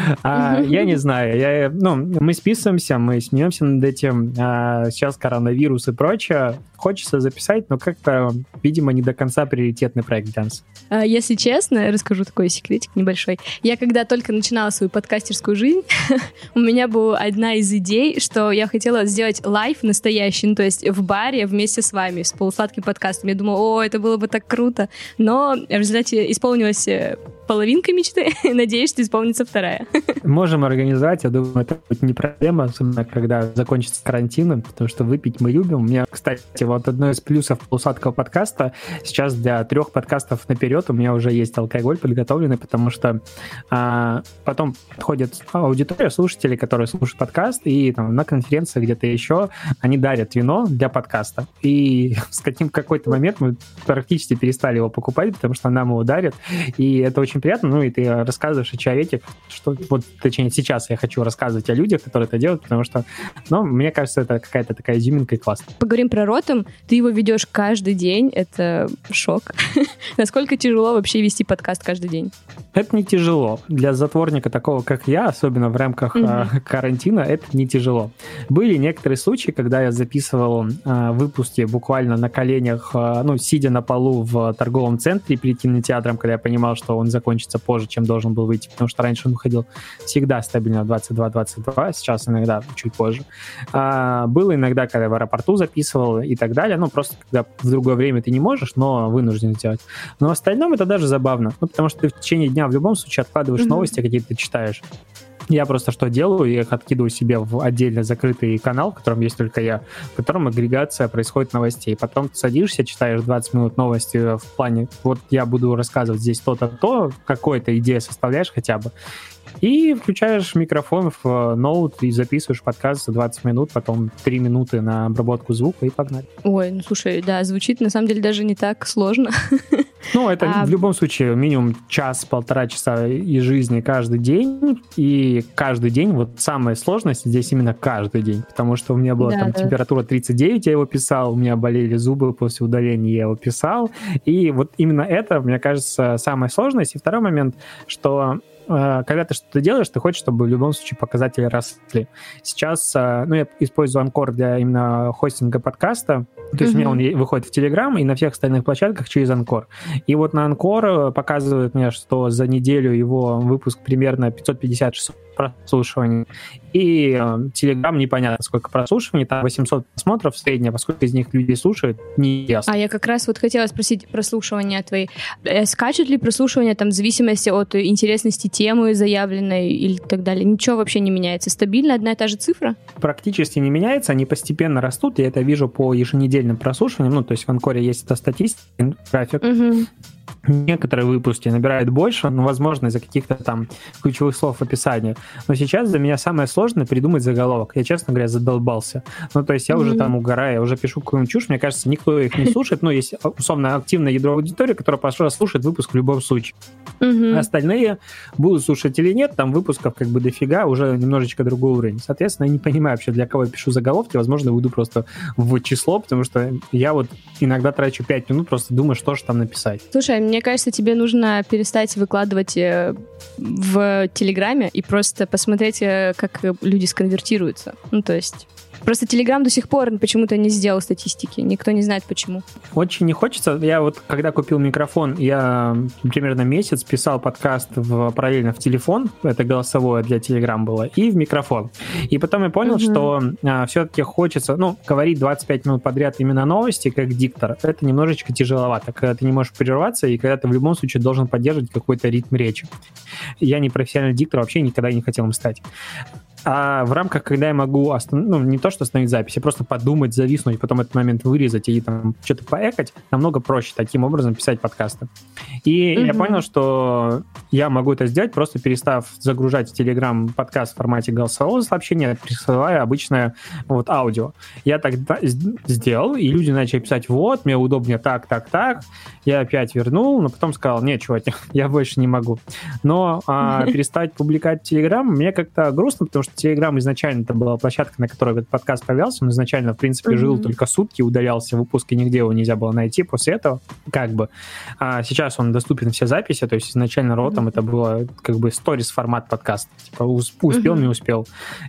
Speaker 4: А, я не знаю. Я, ну, мы списываемся, мы смеемся над этим. А, сейчас коронавирус и прочее. Хочется записать, но как-то, видимо, не до конца приоритетный проект для нас. А, если честно, расскажу такой секретик небольшой. Я когда только начинала свою подкастерскую жизнь, у меня была одна из идей, что я хотела сделать лайв настоящий, ну, то есть в баре вместе с вами, с полусладким подкастом. Я думала, о, это было бы так круто. Но в результате исполнилась половинка мечты. Надеюсь, что исполнится вторая. Можем организовать. Я думаю, это будет не проблема, особенно когда закончится карантин, потому что выпить мы любим. У меня, кстати, вот одно из плюсов полусладкого подкаста. Сейчас для трех подкастов наперед у меня уже есть алкоголь подготовленный, потому что а, потом подходит аудитория, слушатели, которые слушают подкаст, и там, на конференции где-то еще они дарят вино для подкаста. И с каким какой-то момент мы практически перестали его покупать, потому что нам его дарят, и это очень приятно. Ну и ты рассказываешь о человеке, что вот, точнее, сейчас я хочу рассказывать о людях, которые это делают, потому что, ну, мне кажется, это какая-то такая изюминка и классно. Поговорим про Ротом. Ты его ведешь каждый день, это шок. Насколько тяжело вообще вести подкаст каждый день? Это не тяжело. Для затворника такого, как я, особенно в рамках mm-hmm. карантина, это не тяжело. Были некоторые случаи, когда я записывал а, выпуски буквально на коленях, а, ну, сидя на полу в торговом центре перед кинотеатром, когда я понимал, что он закончится позже, чем должен был выйти, потому что раньше он выходил всегда стабильно в двадцать два двадцать два, сейчас иногда чуть позже. А, было иногда, когда я в аэропорту записывал и так далее, ну, просто когда в другое время ты не можешь, но вынужден сделать. Но в остальном это даже забавно, ну, потому что ты в течение дня в любом случае откладываешь mm-hmm. новости, какие ты читаешь. Я просто что делаю? Я их откидываю себе в отдельно закрытый канал, в котором есть только я, в котором агрегация происходит новостей. Потом ты садишься, читаешь двадцать минут новости в плане, вот я буду рассказывать здесь то-то, то, какую-то идею составляешь хотя бы, и включаешь микрофон в ноут и записываешь подкаст за двадцать минут, потом три минуты на обработку звука и погнали.
Speaker 1: Ой, ну слушай, да, звучит на самом деле даже не так сложно.
Speaker 4: Ну, это
Speaker 1: А-
Speaker 4: в любом случае минимум час-полтора часа из жизни каждый день, и каждый день, вот самая сложность здесь именно каждый день, потому что у меня была
Speaker 1: Да,
Speaker 4: там
Speaker 1: да.
Speaker 4: температура тридцать девять, я его писал, у меня болели зубы после удаления, я его писал, и вот именно это, мне кажется, самая сложность. И второй момент, что э, когда ты что-то делаешь, ты хочешь, чтобы в любом случае показатели росли. Сейчас, э, ну, я использую Анкор для именно хостинга подкаста, то есть у меня он е- выходит в Телеграм и на всех остальных площадках через Анкор. И вот на Анкор показывает мне, что за неделю его выпуск примерно пятьсот пятьдесят шестьсот прослушиваний. И Телеграм непонятно, сколько прослушиваний, там восемьсот просмотров среднее, поскольку из них люди слушают, не ясно.
Speaker 1: А я как раз вот хотела спросить прослушивания твои. Э, Скачут ли прослушивания там в зависимости от интересности темы заявленной или так далее? Ничего вообще не меняется? Стабильно одна и та же цифра?
Speaker 4: Практически не меняется, они постепенно растут, я это вижу по еженедельным прослушиваниям, ну, то есть в Анкоре есть эта статистика, график.
Speaker 1: Угу.
Speaker 4: Некоторые выпуски набирают больше, ну, возможно, из-за каких-то там ключевых слов в описании. Но сейчас для меня самое сложное придумать заголовок. Я, честно говоря, задолбался. Ну, то есть я уже
Speaker 1: Мгм.
Speaker 4: там угораю, я уже пишу какую-нибудь чушь, мне кажется, никто их не слушает. Ну, есть, условно, активное ядро аудитории, которая пошла слушать выпуск в любом случае.
Speaker 1: Угу.
Speaker 4: Остальные будут слушать или нет, там выпусков как бы дофига, уже немножечко другой уровень. Соответственно, я не понимаю вообще, для кого я пишу заголовки. Возможно, выйду просто в число, потому что я вот иногда трачу пять минут, просто думаю, что же там написать.
Speaker 1: Слушай, мне кажется, тебе нужно перестать выкладывать э, в Телеграме и просто посмотреть, э, как э, люди сконвертируются. Ну, то есть... Просто Телеграм до сих пор почему-то не сделал статистики. Никто не знает, почему.
Speaker 4: Очень не хочется. Я вот, когда купил микрофон, я примерно месяц писал подкаст в, параллельно в телефон, это голосовое для Telegram было, и в микрофон. И потом я понял,
Speaker 1: Мгм.
Speaker 4: что а, все-таки хочется, ну, говорить двадцать пять минут подряд именно новости, как диктор, это немножечко тяжеловато, когда ты не можешь прерваться, и когда ты в любом случае должен поддерживать какой-то ритм речи. Я не профессиональный диктор, вообще никогда не хотел им стать. А в рамках, когда я могу останов... ну, не то, что остановить запись, а просто подумать, зависнуть, потом этот момент вырезать и там что-то поэкать, намного проще таким образом писать подкасты. И
Speaker 1: Мгм.
Speaker 4: я понял, что я могу это сделать, просто перестав загружать в Telegram подкаст в формате голосового сообщения, присылая обычное вот аудио. Я тогда сделал, и люди начали писать, вот, мне удобнее так, так, так. Я опять вернул, но потом сказал, нет, чуваки, я больше не могу. Но а, перестать публиковать в Telegram мне как-то грустно, потому что Telegram изначально это была площадка, на которой этот подкаст появлялся. Он изначально, в принципе, жил
Speaker 1: Мгм.
Speaker 4: только сутки, удалялся выпуск, и нигде его нельзя было найти после этого, как бы. А сейчас он доступен все записи, то есть изначально ротом это было как бы сторис-формат подкаста. Типа ус- успел,
Speaker 1: Мгм.
Speaker 4: не успел.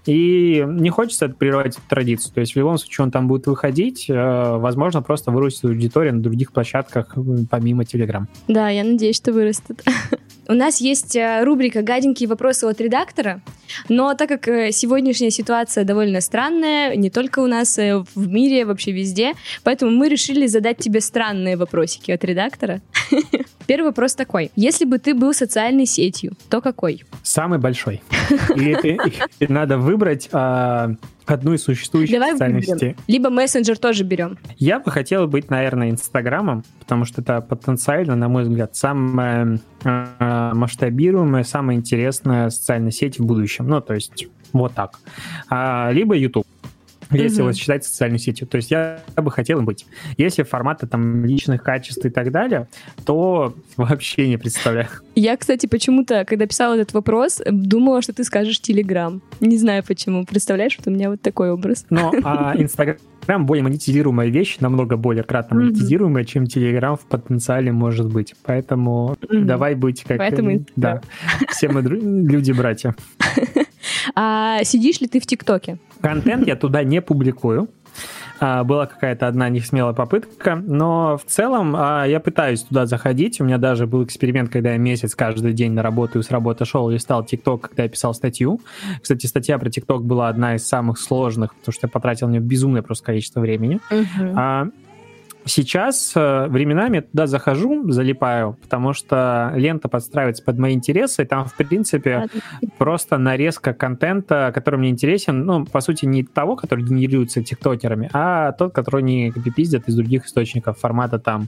Speaker 4: И не хочется это прерывать эту традицию. То есть в любом случае он там будет выходить, э, возможно, просто вырастет аудитория на других площадках, э, помимо Telegram.
Speaker 1: Да, я надеюсь, что вырастет. У нас есть э, рубрика «Гаденькие вопросы от редактора», но так как э, сегодняшняя ситуация довольно странная, не только у нас, э, в мире, вообще везде, поэтому мы решили задать тебе странные вопросики от редактора. Первый вопрос такой. Если бы ты был социальной сетью, то какой?
Speaker 4: Самый большой. И это- и надо выбрать а, одну из существующих
Speaker 1: Давай
Speaker 4: социальных
Speaker 1: выберем.
Speaker 4: сетей.
Speaker 1: Либо мессенджер тоже берем.
Speaker 4: Я бы хотел быть, наверное, Инстаграмом, потому что это потенциально, на мой взгляд, самая э, масштабируемая, самая интересная социальная сеть в будущем. Ну, то есть вот так. А, либо YouTube, если
Speaker 1: Мгм.
Speaker 4: вот считать социальной сетью. То есть я бы хотел им быть. Если форматы там личных качеств и так далее, то вообще не представляю.
Speaker 1: Я, кстати, почему-то, когда писала этот вопрос, думала, что ты скажешь Телеграм. Не знаю почему. Представляешь, вот у меня вот такой образ.
Speaker 4: Но а Инстаграм более монетизируемая вещь, намного более кратно
Speaker 1: Мгм.
Speaker 4: монетизируемая, чем Телеграм в потенциале может быть. Поэтому
Speaker 1: Мгм.
Speaker 4: давай быть как...
Speaker 1: Поэтому
Speaker 4: э, да, все мы дру- люди-братья.
Speaker 1: А сидишь ли ты в ТикТоке?
Speaker 4: Контент я туда не публикую. А, Была какая-то одна несмелая попытка, но в целом а, я пытаюсь туда заходить. У меня даже был эксперимент, когда я месяц каждый день на работу и с работы шел, листал ТикТок, когда я писал статью. Кстати, статья про ТикТок была одна из самых сложных, потому что я потратил на нее безумное просто количество времени. А, сейчас э, временами я туда захожу, залипаю, потому что лента подстраивается под мои интересы, и там, в принципе, просто нарезка контента, который мне интересен, ну, по сути, не того, который генерируется тиктокерами, а тот, который они копипиздят из других источников формата там,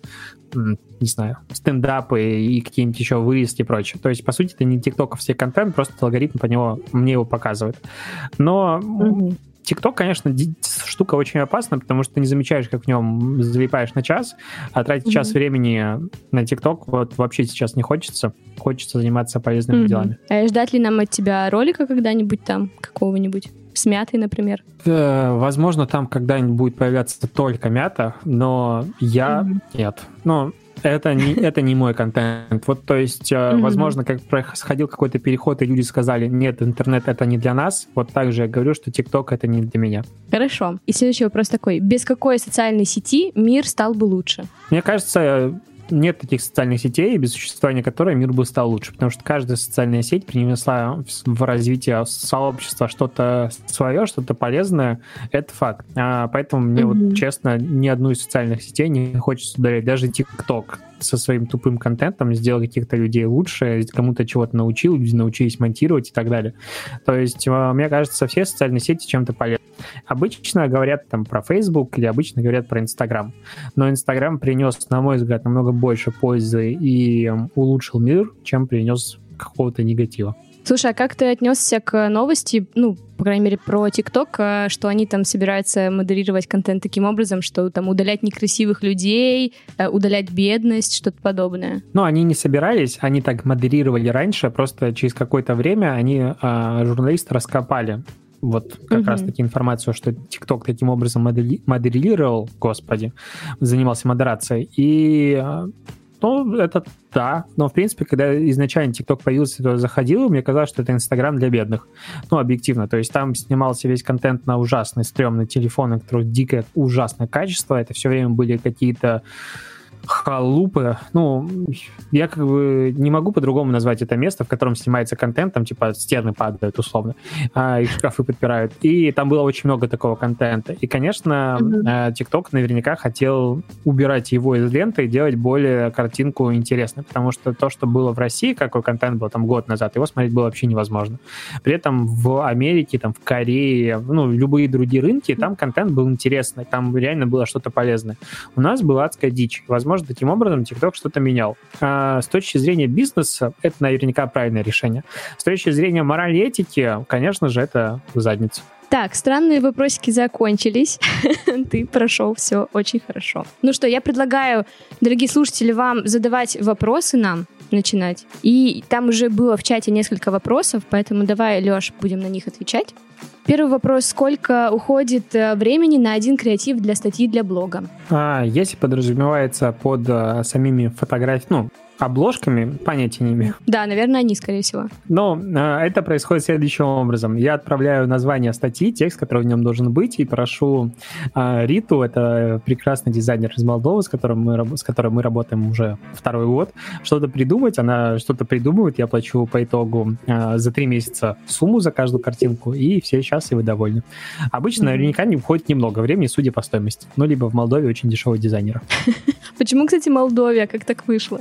Speaker 4: не знаю, стендапы и какие-нибудь еще вырезки и прочее. То есть, по сути, это не тиктоковский контент, просто алгоритм по него, мне его показывает. Но... Mm-hmm. TikTok, конечно, штука очень опасна, потому что ты не замечаешь, как в нем залипаешь на час, а тратить mm-hmm. час времени на TikTok вот вообще сейчас не хочется. Хочется заниматься полезными mm-hmm. делами.
Speaker 1: А ждать ли нам от тебя ролика когда-нибудь там, какого-нибудь? С мятой, например?
Speaker 4: Э, возможно, там когда-нибудь будет появляться только мята, но я mm-hmm. нет. Ну, это не, это не мой контент. Вот, то есть, mm-hmm. возможно, как происходил какой-то переход, и люди сказали, нет, интернет — это не для нас. Вот так же я говорю, что TikTok — это не для меня.
Speaker 1: Хорошо. И следующий вопрос такой. Без какой социальной сети мир стал бы лучше?
Speaker 4: Мне кажется, нет таких социальных сетей, без существования которой мир бы стал лучше, потому что каждая социальная сеть принесла в развитие сообщества что-то свое, что-то полезное. Это факт. А поэтому мне mm-hmm. вот, честно, ни одну из социальных сетей не хочется удалять. Даже TikTok со своим тупым контентом сделал каких-то людей лучше, кому-то чего-то научил, люди научились монтировать и так далее. То есть, мне кажется, все социальные сети чем-то полезны. Обычно говорят там про Facebook или обычно говорят про Instagram. Но Instagram принес, на мой взгляд, намного больше пользы и улучшил мир, чем принес какого-то негатива.
Speaker 1: Слушай, а как ты отнесся к новости, ну, по крайней мере, про TikTok, что они там собираются модерировать контент таким образом, что там удалять некрасивых людей, удалять бедность, что-то подобное?
Speaker 4: Ну, они не собирались, они так модерировали раньше, просто через какое-то время они, а, журналисты, раскопали вот как uh-huh. раз-таки информацию, что TikTok таким образом модели- моделировал, господи, занимался модерацией, и... Ну, это да, но, в принципе, когда изначально TikTok появился, то заходил, мне казалось, что это Инстаграм для бедных. Ну, объективно, то есть там снимался весь контент на ужасные, стрёмные телефоны, которые дикое, ужасное качество, это все время были какие-то халупы. Ну, я как бы не могу по-другому назвать это место, в котором снимается контент, там типа стены падают условно, а их шкафы подпирают. И там было очень много такого контента. И, конечно, mm-hmm. TikTok наверняка хотел убирать его из ленты и делать более картинку интересной, потому что то, что было в России, какой контент был там год назад, его смотреть было вообще невозможно. При этом в Америке, там в Корее, ну, любые другие рынки, там контент был интересный, там реально было что-то полезное. У нас была адская дичь. Возможно, Возможно, таким образом TikTok что-то менял. А с точки зрения бизнеса, это наверняка правильное решение. С точки зрения морали и этики, конечно же, это задница.
Speaker 1: Так, странные вопросики закончились. Ты прошел все очень хорошо. Ну что, я предлагаю, дорогие слушатели, вам задавать вопросы нам, начинать. И там уже было в чате несколько вопросов, поэтому давай, Лёш, будем на них отвечать. Первый вопрос. Сколько уходит времени на один креатив для статьи для блога?
Speaker 4: А, если подразумевается под а, самими фотографиями, ну, обложками, понятия не имею.
Speaker 1: Да, наверное, они, скорее всего.
Speaker 4: Но э, это происходит следующим образом. Я отправляю название статьи, текст, который в нем должен быть, и прошу э, Риту, это прекрасный дизайнер из Молдовы, с которым мы, с которой мы работаем уже второй год, что-то придумать. Она что-то придумывает, я плачу по итогу э, за три месяца сумму за каждую картинку, и все счастливы и довольны. Обычно mm-hmm. наверняка не уходит немного времени, судя по стоимости. Ну, либо в Молдове очень дешевый дизайнер.
Speaker 1: Почему, кстати, Молдовия? Как так вышло?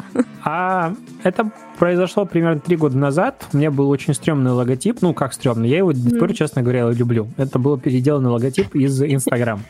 Speaker 4: А это произошло примерно три года назад. У меня был очень стрёмный логотип. Ну, как стрёмный? Я его до сих пор, честно говоря, люблю. Это был переделанный логотип из Instagram.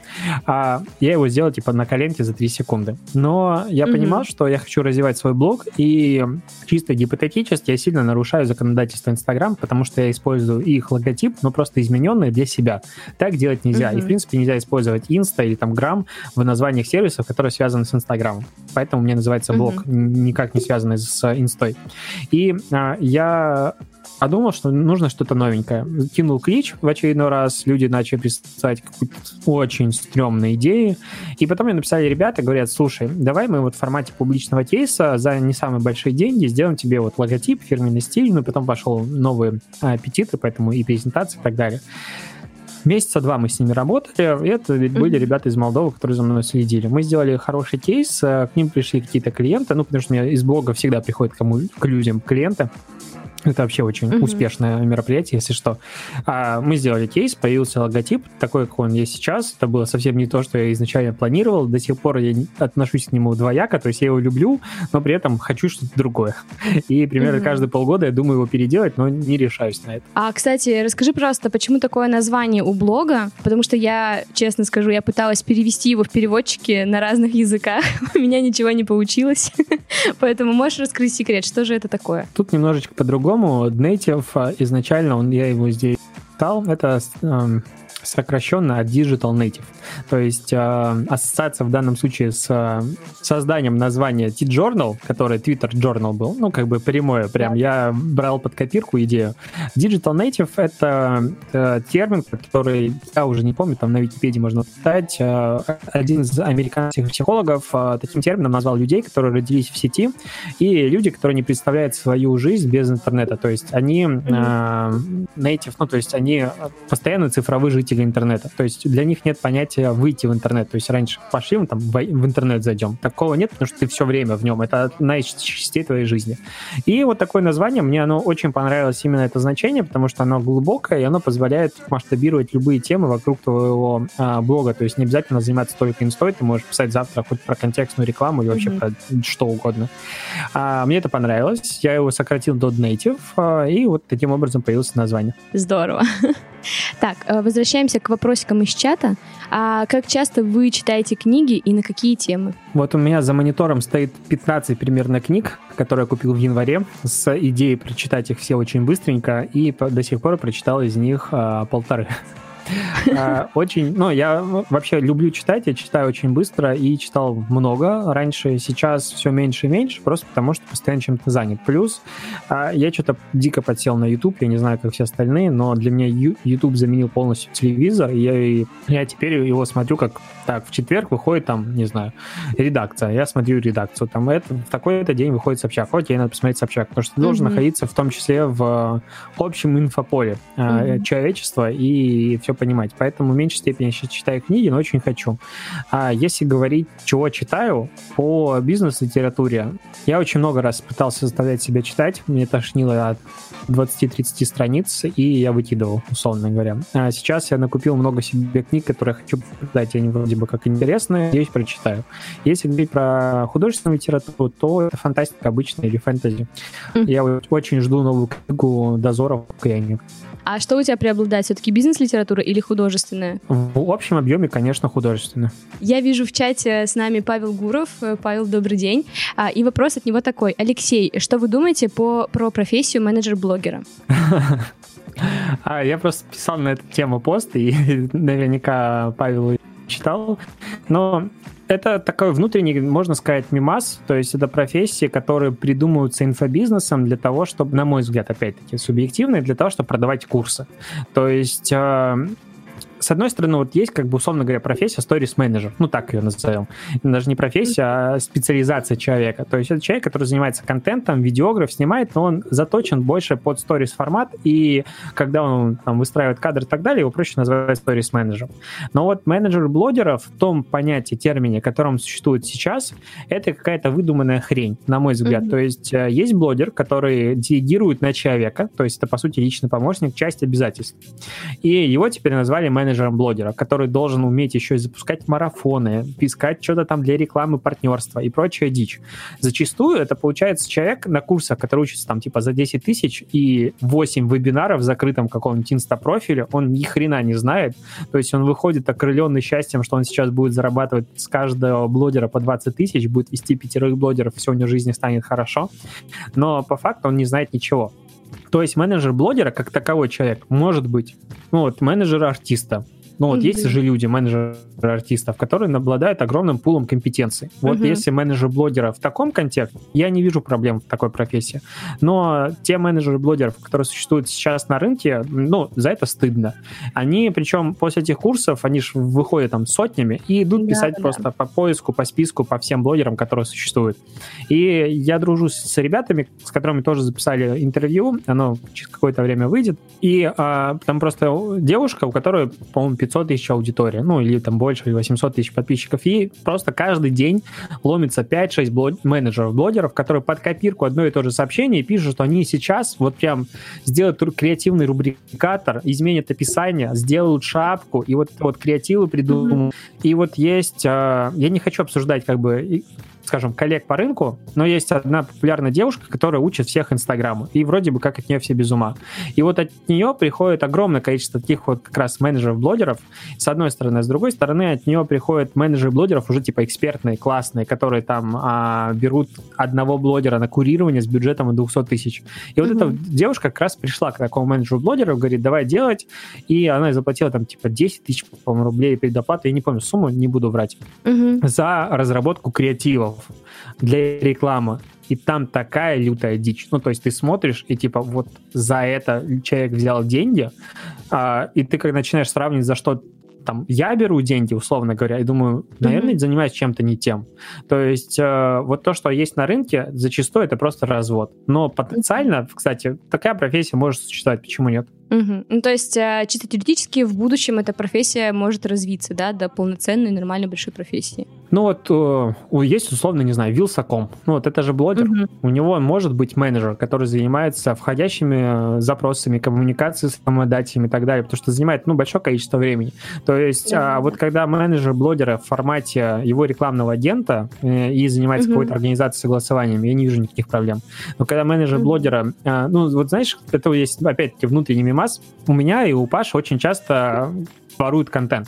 Speaker 4: А я его сделал, типа, на коленке за три секунды. Но я mm-hmm. понимал, что я хочу развивать свой блог, и чисто гипотетически я сильно нарушаю законодательство Instagram, потому что я использую их логотип, но просто измененный для себя. Так делать нельзя. Mm-hmm. И, в принципе, нельзя использовать Insta или там Gram в названиях сервисов, которые связаны с Instagram. Поэтому мне называется блог, mm-hmm. никак не связанный с Инстой. И а, я подумал, что нужно что-то новенькое. Кинул клич в очередной раз, люди начали присылать какие-то очень стрёмные идеи, и потом мне написали ребята, говорят, слушай, давай мы вот в формате публичного кейса за не самые большие деньги сделаем тебе вот логотип, фирменный стиль, ну и потом пошел новые аппетиты, поэтому и презентации и так далее. Месяца два мы с ними работали, и это ведь были mm-hmm. ребята из Молдовы, которые за мной следили. Мы сделали хороший кейс, к ним пришли какие-то клиенты, ну, потому что у меня из блога всегда приходят кому, к людям клиенты. Это вообще очень mm-hmm. успешное мероприятие, если что. А мы сделали кейс, появился логотип, такой, как он есть сейчас. Это было совсем не то, что я изначально планировал. До сих пор я отношусь к нему двояко, то есть я его люблю, но при этом хочу что-то другое. И примерно mm-hmm. каждые полгода я думаю его переделать, но не решаюсь на это.
Speaker 1: А, кстати, расскажи, пожалуйста, почему такое название у блога? Потому что я, честно скажу, я пыталась перевести его в переводчике на разных языках. У меня ничего не получилось. Поэтому можешь раскрыть секрет, что же это такое?
Speaker 4: Тут немножечко по-другому. Native изначально, он, я его здесь стал, это э, сокращенно от Digital Native. То есть э, ассоциация в данном случае с э, созданием названия T-Journal, который Twitter Journal был, ну, как бы прямое, прям я брал под копирку идею. Digital Native — это э, термин, который, я уже не помню, там на Википедии можно почитать, э, один из американских психологов э, таким термином назвал людей, которые родились в сети, и люди, которые не представляют свою жизнь без интернета. То есть они э, native, ну, то есть они постоянно цифровые жители интернета. То есть для них нет понятия выйти в интернет. То есть раньше пошли, мы там в интернет зайдем. Такого нет, потому что ты все время в нем. Это одна из частей твоей жизни. И вот такое название, мне оно очень понравилось, именно это значение, потому что оно глубокое, и оно позволяет масштабировать любые темы вокруг твоего а, блога. То есть не обязательно заниматься только инстой, ты можешь писать завтра хоть про контекстную рекламу или вообще mm-hmm. про что угодно. А, мне это понравилось. Я его сократил до native, а, и вот таким образом появилось название.
Speaker 1: Здорово. Так, возвращаемся к вопросикам из чата. А как часто вы читаете книги и на какие темы?
Speaker 4: Вот у меня за монитором стоит пятнадцать примерно книг, которые я купил в январе, с идеей прочитать их все очень быстренько, и до сих пор прочитал из них а, полторы. Очень, ну, я вообще люблю читать, я читаю очень быстро и читал много раньше, сейчас все меньше и меньше, просто потому что постоянно чем-то занят. Плюс я что-то дико подсел на YouTube, я не знаю, как все остальные, но для меня YouTube заменил полностью телевизор, и я, я теперь его смотрю как, так, в четверг выходит там, не знаю, редакция, я смотрю редакцию, там это, в такой-то день выходит Собчак, окей, надо посмотреть Собчак, потому что ты mm-hmm. должен находиться в том числе в общем инфополе mm-hmm. человечества и все понимать. Поэтому в меньшей степени я сейчас читаю книги, но очень хочу. А если говорить, чего читаю, по бизнес-литературе, я очень много раз пытался заставлять себя читать, мне тошнило от двадцать-тридцать страниц, и я выкидывал, условно говоря. А сейчас я накупил много себе книг, которые я хочу продать, они вроде бы как интересные, надеюсь, прочитаю. Если говорить про художественную литературу, то это фантастика обычная или фэнтези. Mm. Я очень жду новую книгу Дозоров в Океане.
Speaker 1: А что у тебя преобладает? Все-таки бизнес-литература или художественная?
Speaker 4: В общем объеме, конечно, художественная.
Speaker 1: Я вижу в чате с нами Павел Гуров. Павел, добрый день. И вопрос от него такой. Алексей, что вы думаете по, про профессию менеджер-блогера?
Speaker 4: Я просто писал на эту тему пост, и наверняка Павел читал. Но это такой внутренний, можно сказать, мимас, то есть это профессии, которые придумываются инфобизнесом для того, чтобы, на мой взгляд, опять-таки субъективные, для того, чтобы продавать курсы. То есть... С одной стороны, вот есть, как бы, условно говоря, профессия сторис-менеджер, ну, так ее назовем. Даже не профессия, а специализация человека. То есть это человек, который занимается контентом, видеограф, снимает, но он заточен больше под сторис-формат, и когда он там выстраивает кадр и так далее, его проще называть сторис-менеджером. Но вот менеджер блогеров в том понятии, термине, котором существует сейчас, это какая-то выдуманная хрень, на мой взгляд. Mm-hmm. То есть есть блогер, который делегирует на человека, то есть это, по сути, личный помощник, часть обязательств. И его теперь назвали менеджером блогера, который должен уметь еще и запускать марафоны, искать что-то там для рекламы, партнерства и прочая дичь. Зачастую это получается человек на курсах, который учится там типа за десять тысяч и восемь вебинаров в закрытом каком-нибудь инста-профиле, он ни хрена не знает. То есть он выходит окрыленный счастьем, что он сейчас будет зарабатывать с каждого блогера по двадцать тысяч, будет вести пятерых блогеров, все у него в жизни станет хорошо. Но по факту он не знает ничего. То есть менеджер блогера, как таковой человек, может быть, ну вот менеджер артиста. Ну вот mm-hmm. есть же люди, менеджеры артистов, которые обладают огромным пулом компетенций. Вот mm-hmm. если менеджер блогера в таком контексте, я не вижу проблем в такой профессии. Но те менеджеры блогеров, которые существуют сейчас на рынке, ну, за это стыдно. Они, причем после этих курсов, они же выходят там сотнями и идут писать да, просто да. по поиску, по списку, по всем блогерам, которые существуют. И я дружу с ребятами, с которыми тоже записали интервью, оно через какое-то время выйдет, и а, там просто девушка, у которой, по-моему, пятьсот пятьсот тысяч аудитории, ну, или там больше, или восемьсот тысяч подписчиков, и просто каждый день ломится пять-шесть блог- менеджеров-блогеров, которые под копирку одно и то же сообщение пишут, что они сейчас вот прям сделают креативный рубрикатор, изменят описание, сделают шапку, и вот, вот креативы придумают. Mm-hmm. И вот есть... Э, я не хочу обсуждать как бы... скажем, коллег по рынку, но есть одна популярная девушка, которая учит всех Инстаграму, и вроде бы как от нее все без ума. И вот от нее приходит огромное количество таких вот как раз менеджеров-блогеров, с одной стороны, а с другой стороны от нее приходят менеджеры-блогеров уже типа экспертные, классные, которые там а, берут одного блогера на курирование с бюджетом от двести тысяч. И вот mm-hmm. эта девушка как раз пришла к такому менеджеру-блогеру, говорит, давай делать, и она заплатила там типа десять тысяч, по-моему, рублей предоплаты, я не помню сумму, не буду врать, mm-hmm. за разработку креативов для рекламы. И там такая лютая дичь. Ну, то есть ты смотришь, и типа вот за это человек взял деньги, а, и ты как начинаешь сравнивать, за что там я беру деньги, условно говоря, и думаю, наверное, mm-hmm. занимаюсь чем-то не тем. То есть э, вот то, что есть на рынке, зачастую это просто развод. Но потенциально, кстати, такая профессия может существовать. Почему нет?
Speaker 1: Угу. Ну, то есть э, чисто теоретически в будущем эта профессия может развиться, да, до полноценной, нормальной большой профессии.
Speaker 4: Ну вот э, есть, условно, не знаю, Вилсаком. Ну вот это же блогер. Угу. У него может быть менеджер, который занимается входящими запросами, коммуникацией с рекламодателями и так далее, потому что занимает, ну, большое количество времени. То есть угу. а, вот когда менеджер блогера в формате его рекламного агента э, и занимается угу. какой-то организацией согласованием, я не вижу никаких проблем. Но когда менеджер угу. блогера, э, ну вот знаешь, это есть опять-таки внутренний мемас, у меня и у Паши очень часто воруют контент.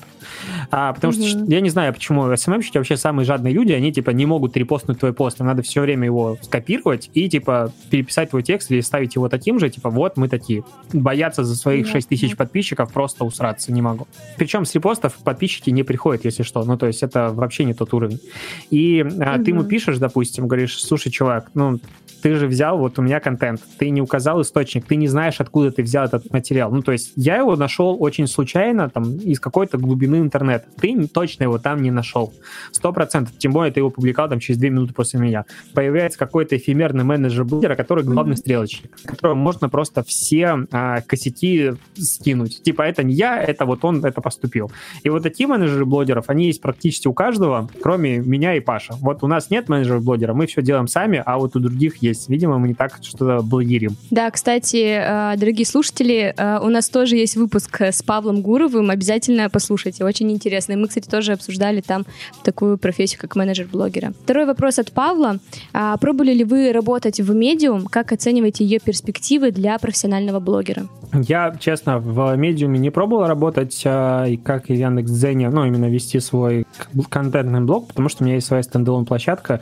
Speaker 4: А, потому mm-hmm. что я не знаю, почему эс эм эм-щики вообще самые жадные люди, они типа не могут репостнуть твой пост, им надо все время его скопировать и типа переписать твой текст или ставить его таким же, типа вот мы такие. Бояться за своих шесть тысяч подписчиков просто усраться не могу. Причем с репостов подписчики не приходят, если что. Ну, то есть это вообще не тот уровень. И mm-hmm. а, ты ему пишешь, допустим, говоришь, слушай, чувак, ну, ты же взял вот у меня контент, ты не указал источник, ты не знаешь, откуда ты взял этот материал. Ну, то есть я его нашел очень случайно, там, из какой-то глубины интернета. Ты точно его там не нашел. Сто процентов. Тем более ты его публиковал там через две минуты после меня. Появляется какой-то эфемерный менеджер блогера, который главный mm-hmm. стрелочник, которому можно просто все а, косяки скинуть. Типа, это не я, это вот он это поступил. И вот такие менеджеры блогеров, они есть практически у каждого, кроме меня и Паши. Вот у нас нет менеджера блогера, мы все делаем сами, а вот у других есть. Видимо, мы не так что-то блогерим.
Speaker 1: Да, кстати, дорогие слушатели, у нас тоже есть выпуск с Павлом Гуровым. Обязательно послушайте, очень интересно. И мы, кстати, тоже обсуждали там такую профессию, как менеджер блогера. Второй вопрос от Павла. Пробовали ли вы работать в Medium? Как оцениваете ее перспективы для профессионального блогера?
Speaker 4: Я, честно, в Medium не пробовал работать, и как и в Яндекс.Дзене, ну, именно вести свой контентный блог, потому что у меня есть своя стендалон-площадка,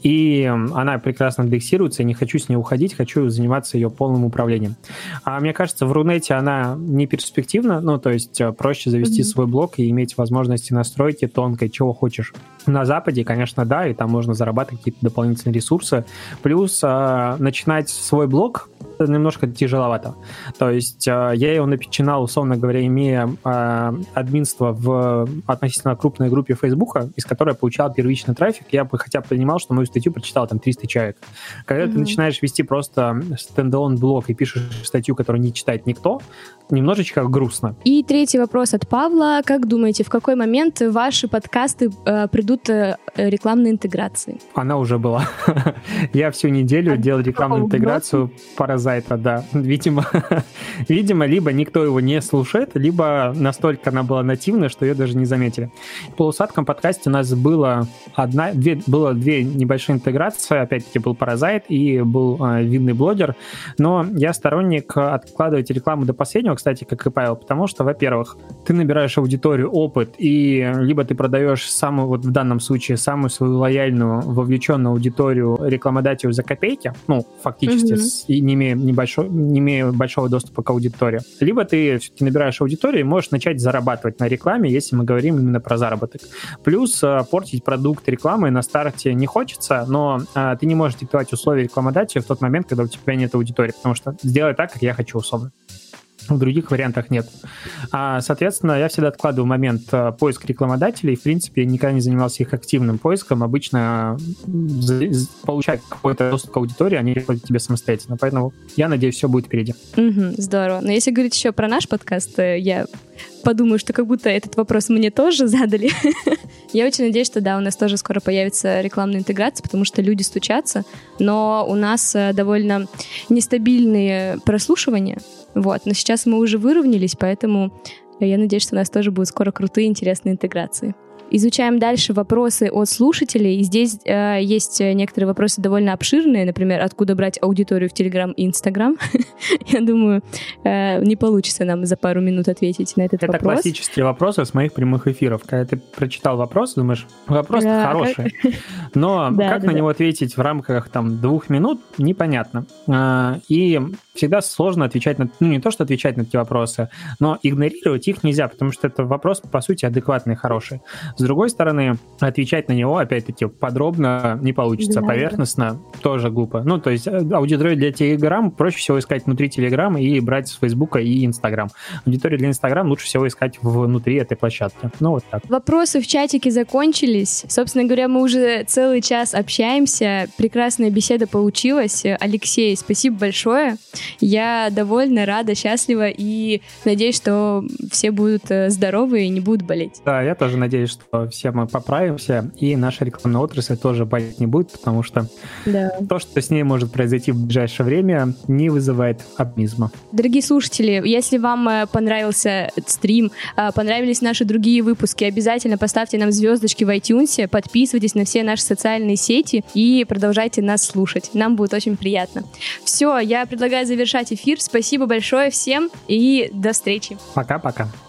Speaker 4: и она прекрасно индексируется, я не хочу с ней уходить, хочу заниматься ее полным управлением. А мне кажется, в Рунете она не перспективна, ну, то есть проще завести mm-hmm. свой блог и иметь возможности настройки тонкой, чего хочешь. На Западе, конечно, да, и там можно зарабатывать какие-то дополнительные ресурсы. Плюс э, начинать свой блог немножко тяжеловато. То есть э, я его начинал, условно говоря, имея э, админство в относительно крупной группе Фейсбука, из которой я получал первичный трафик, я бы хотя бы понимал, что мою статью прочитал там триста человек. Когда mm-hmm. ты начинаешь вести просто стендалон блог и пишешь статью, которую не читает никто, немножечко грустно.
Speaker 1: И третий вопрос от Павла. Как думаете, в какой момент ваши подкасты э, придут э, рекламной интеграции?
Speaker 4: Она уже была. Я всю неделю делал рекламную интеграцию Паразайта, да. Видимо, видимо, либо никто его не слушает, либо настолько она была нативная, что ее даже не заметили. В полусладком подкасте у нас было одна, две, было две небольшие интеграции. Опять-таки был Паразайт и был э, видный блогер. Но я сторонник откладывать рекламу до последнего, кстати, как и Павел, потому что, во-первых, ты набираешь аудиторию, опыт, и либо ты продаешь самую, вот в данном случае, самую свою лояльную, вовлеченную аудиторию рекламодателю за копейки, ну, фактически, mm-hmm. с, и не имея, небольшой, не имея большого доступа к аудитории. Либо ты все-таки набираешь аудиторию и можешь начать зарабатывать на рекламе, если мы говорим именно про заработок. Плюс портить продукт рекламы на старте не хочется, но а, ты не можешь диктовать условия рекламодателя в тот момент, когда у тебя нет аудитории, потому что сделай так, как я хочу, условно. в других вариантах нет. А, соответственно, я всегда откладываю момент а, поиска рекламодателей. В принципе, я никогда не занимался их активным поиском. Обычно получая какой-то доступ к аудитории, они приходят к тебе самостоятельно. Поэтому я надеюсь, все будет впереди.
Speaker 1: Угу, здорово. Но если говорить еще про наш подкаст, я подумаю, что как будто этот вопрос мне тоже задали. Я очень надеюсь, что да, у нас тоже скоро появится рекламная интеграция, потому что люди стучатся, но у нас довольно нестабильные прослушивания. Вот. Но сейчас мы уже выровнялись, поэтому я надеюсь, что у нас тоже будут скоро крутые, интересные интеграции. Изучаем дальше вопросы от слушателей. Здесь э, есть некоторые вопросы довольно обширные, например, откуда брать аудиторию в Telegram и Instagram. Я думаю, э, не получится нам за пару минут ответить на этот
Speaker 4: Это
Speaker 1: вопрос.
Speaker 4: Это классические вопросы с моих прямых эфиров. Когда ты прочитал вопрос, думаешь, вопрос да, хороший, но да, как да, на да. него ответить в рамках там, двух минут, непонятно. И всегда сложно отвечать на... Ну, не то, что отвечать на эти вопросы, но игнорировать их нельзя, потому что это вопрос, по сути, адекватный, хороший. С другой стороны, отвечать на него, опять-таки, подробно не получится, да, поверхностно да. тоже глупо. Ну, то есть аудиторию для Telegram проще всего искать внутри Telegram и брать с Фейсбука и Instagram. Аудиторию для Instagram лучше всего искать внутри этой площадки. Ну, вот так.
Speaker 1: Вопросы в чатике закончились. Собственно говоря, мы уже целый час общаемся. Прекрасная беседа получилась. Алексей, спасибо большое. Я довольна, рада, счастлива и надеюсь, что все будут здоровы и не будут болеть.
Speaker 4: Да, я тоже надеюсь, что все мы поправимся, и наша рекламная отрасль тоже болеть не будет, потому что да. то, что с ней может произойти в ближайшее время, не вызывает оптимизма.
Speaker 1: Дорогие слушатели, если вам понравился стрим, понравились наши другие выпуски, обязательно поставьте нам звездочки в iTunes, подписывайтесь на все наши социальные сети и продолжайте нас слушать. Нам будет очень приятно. Все, я предлагаю завершать эфир. Спасибо большое всем и до встречи.
Speaker 4: Пока-пока.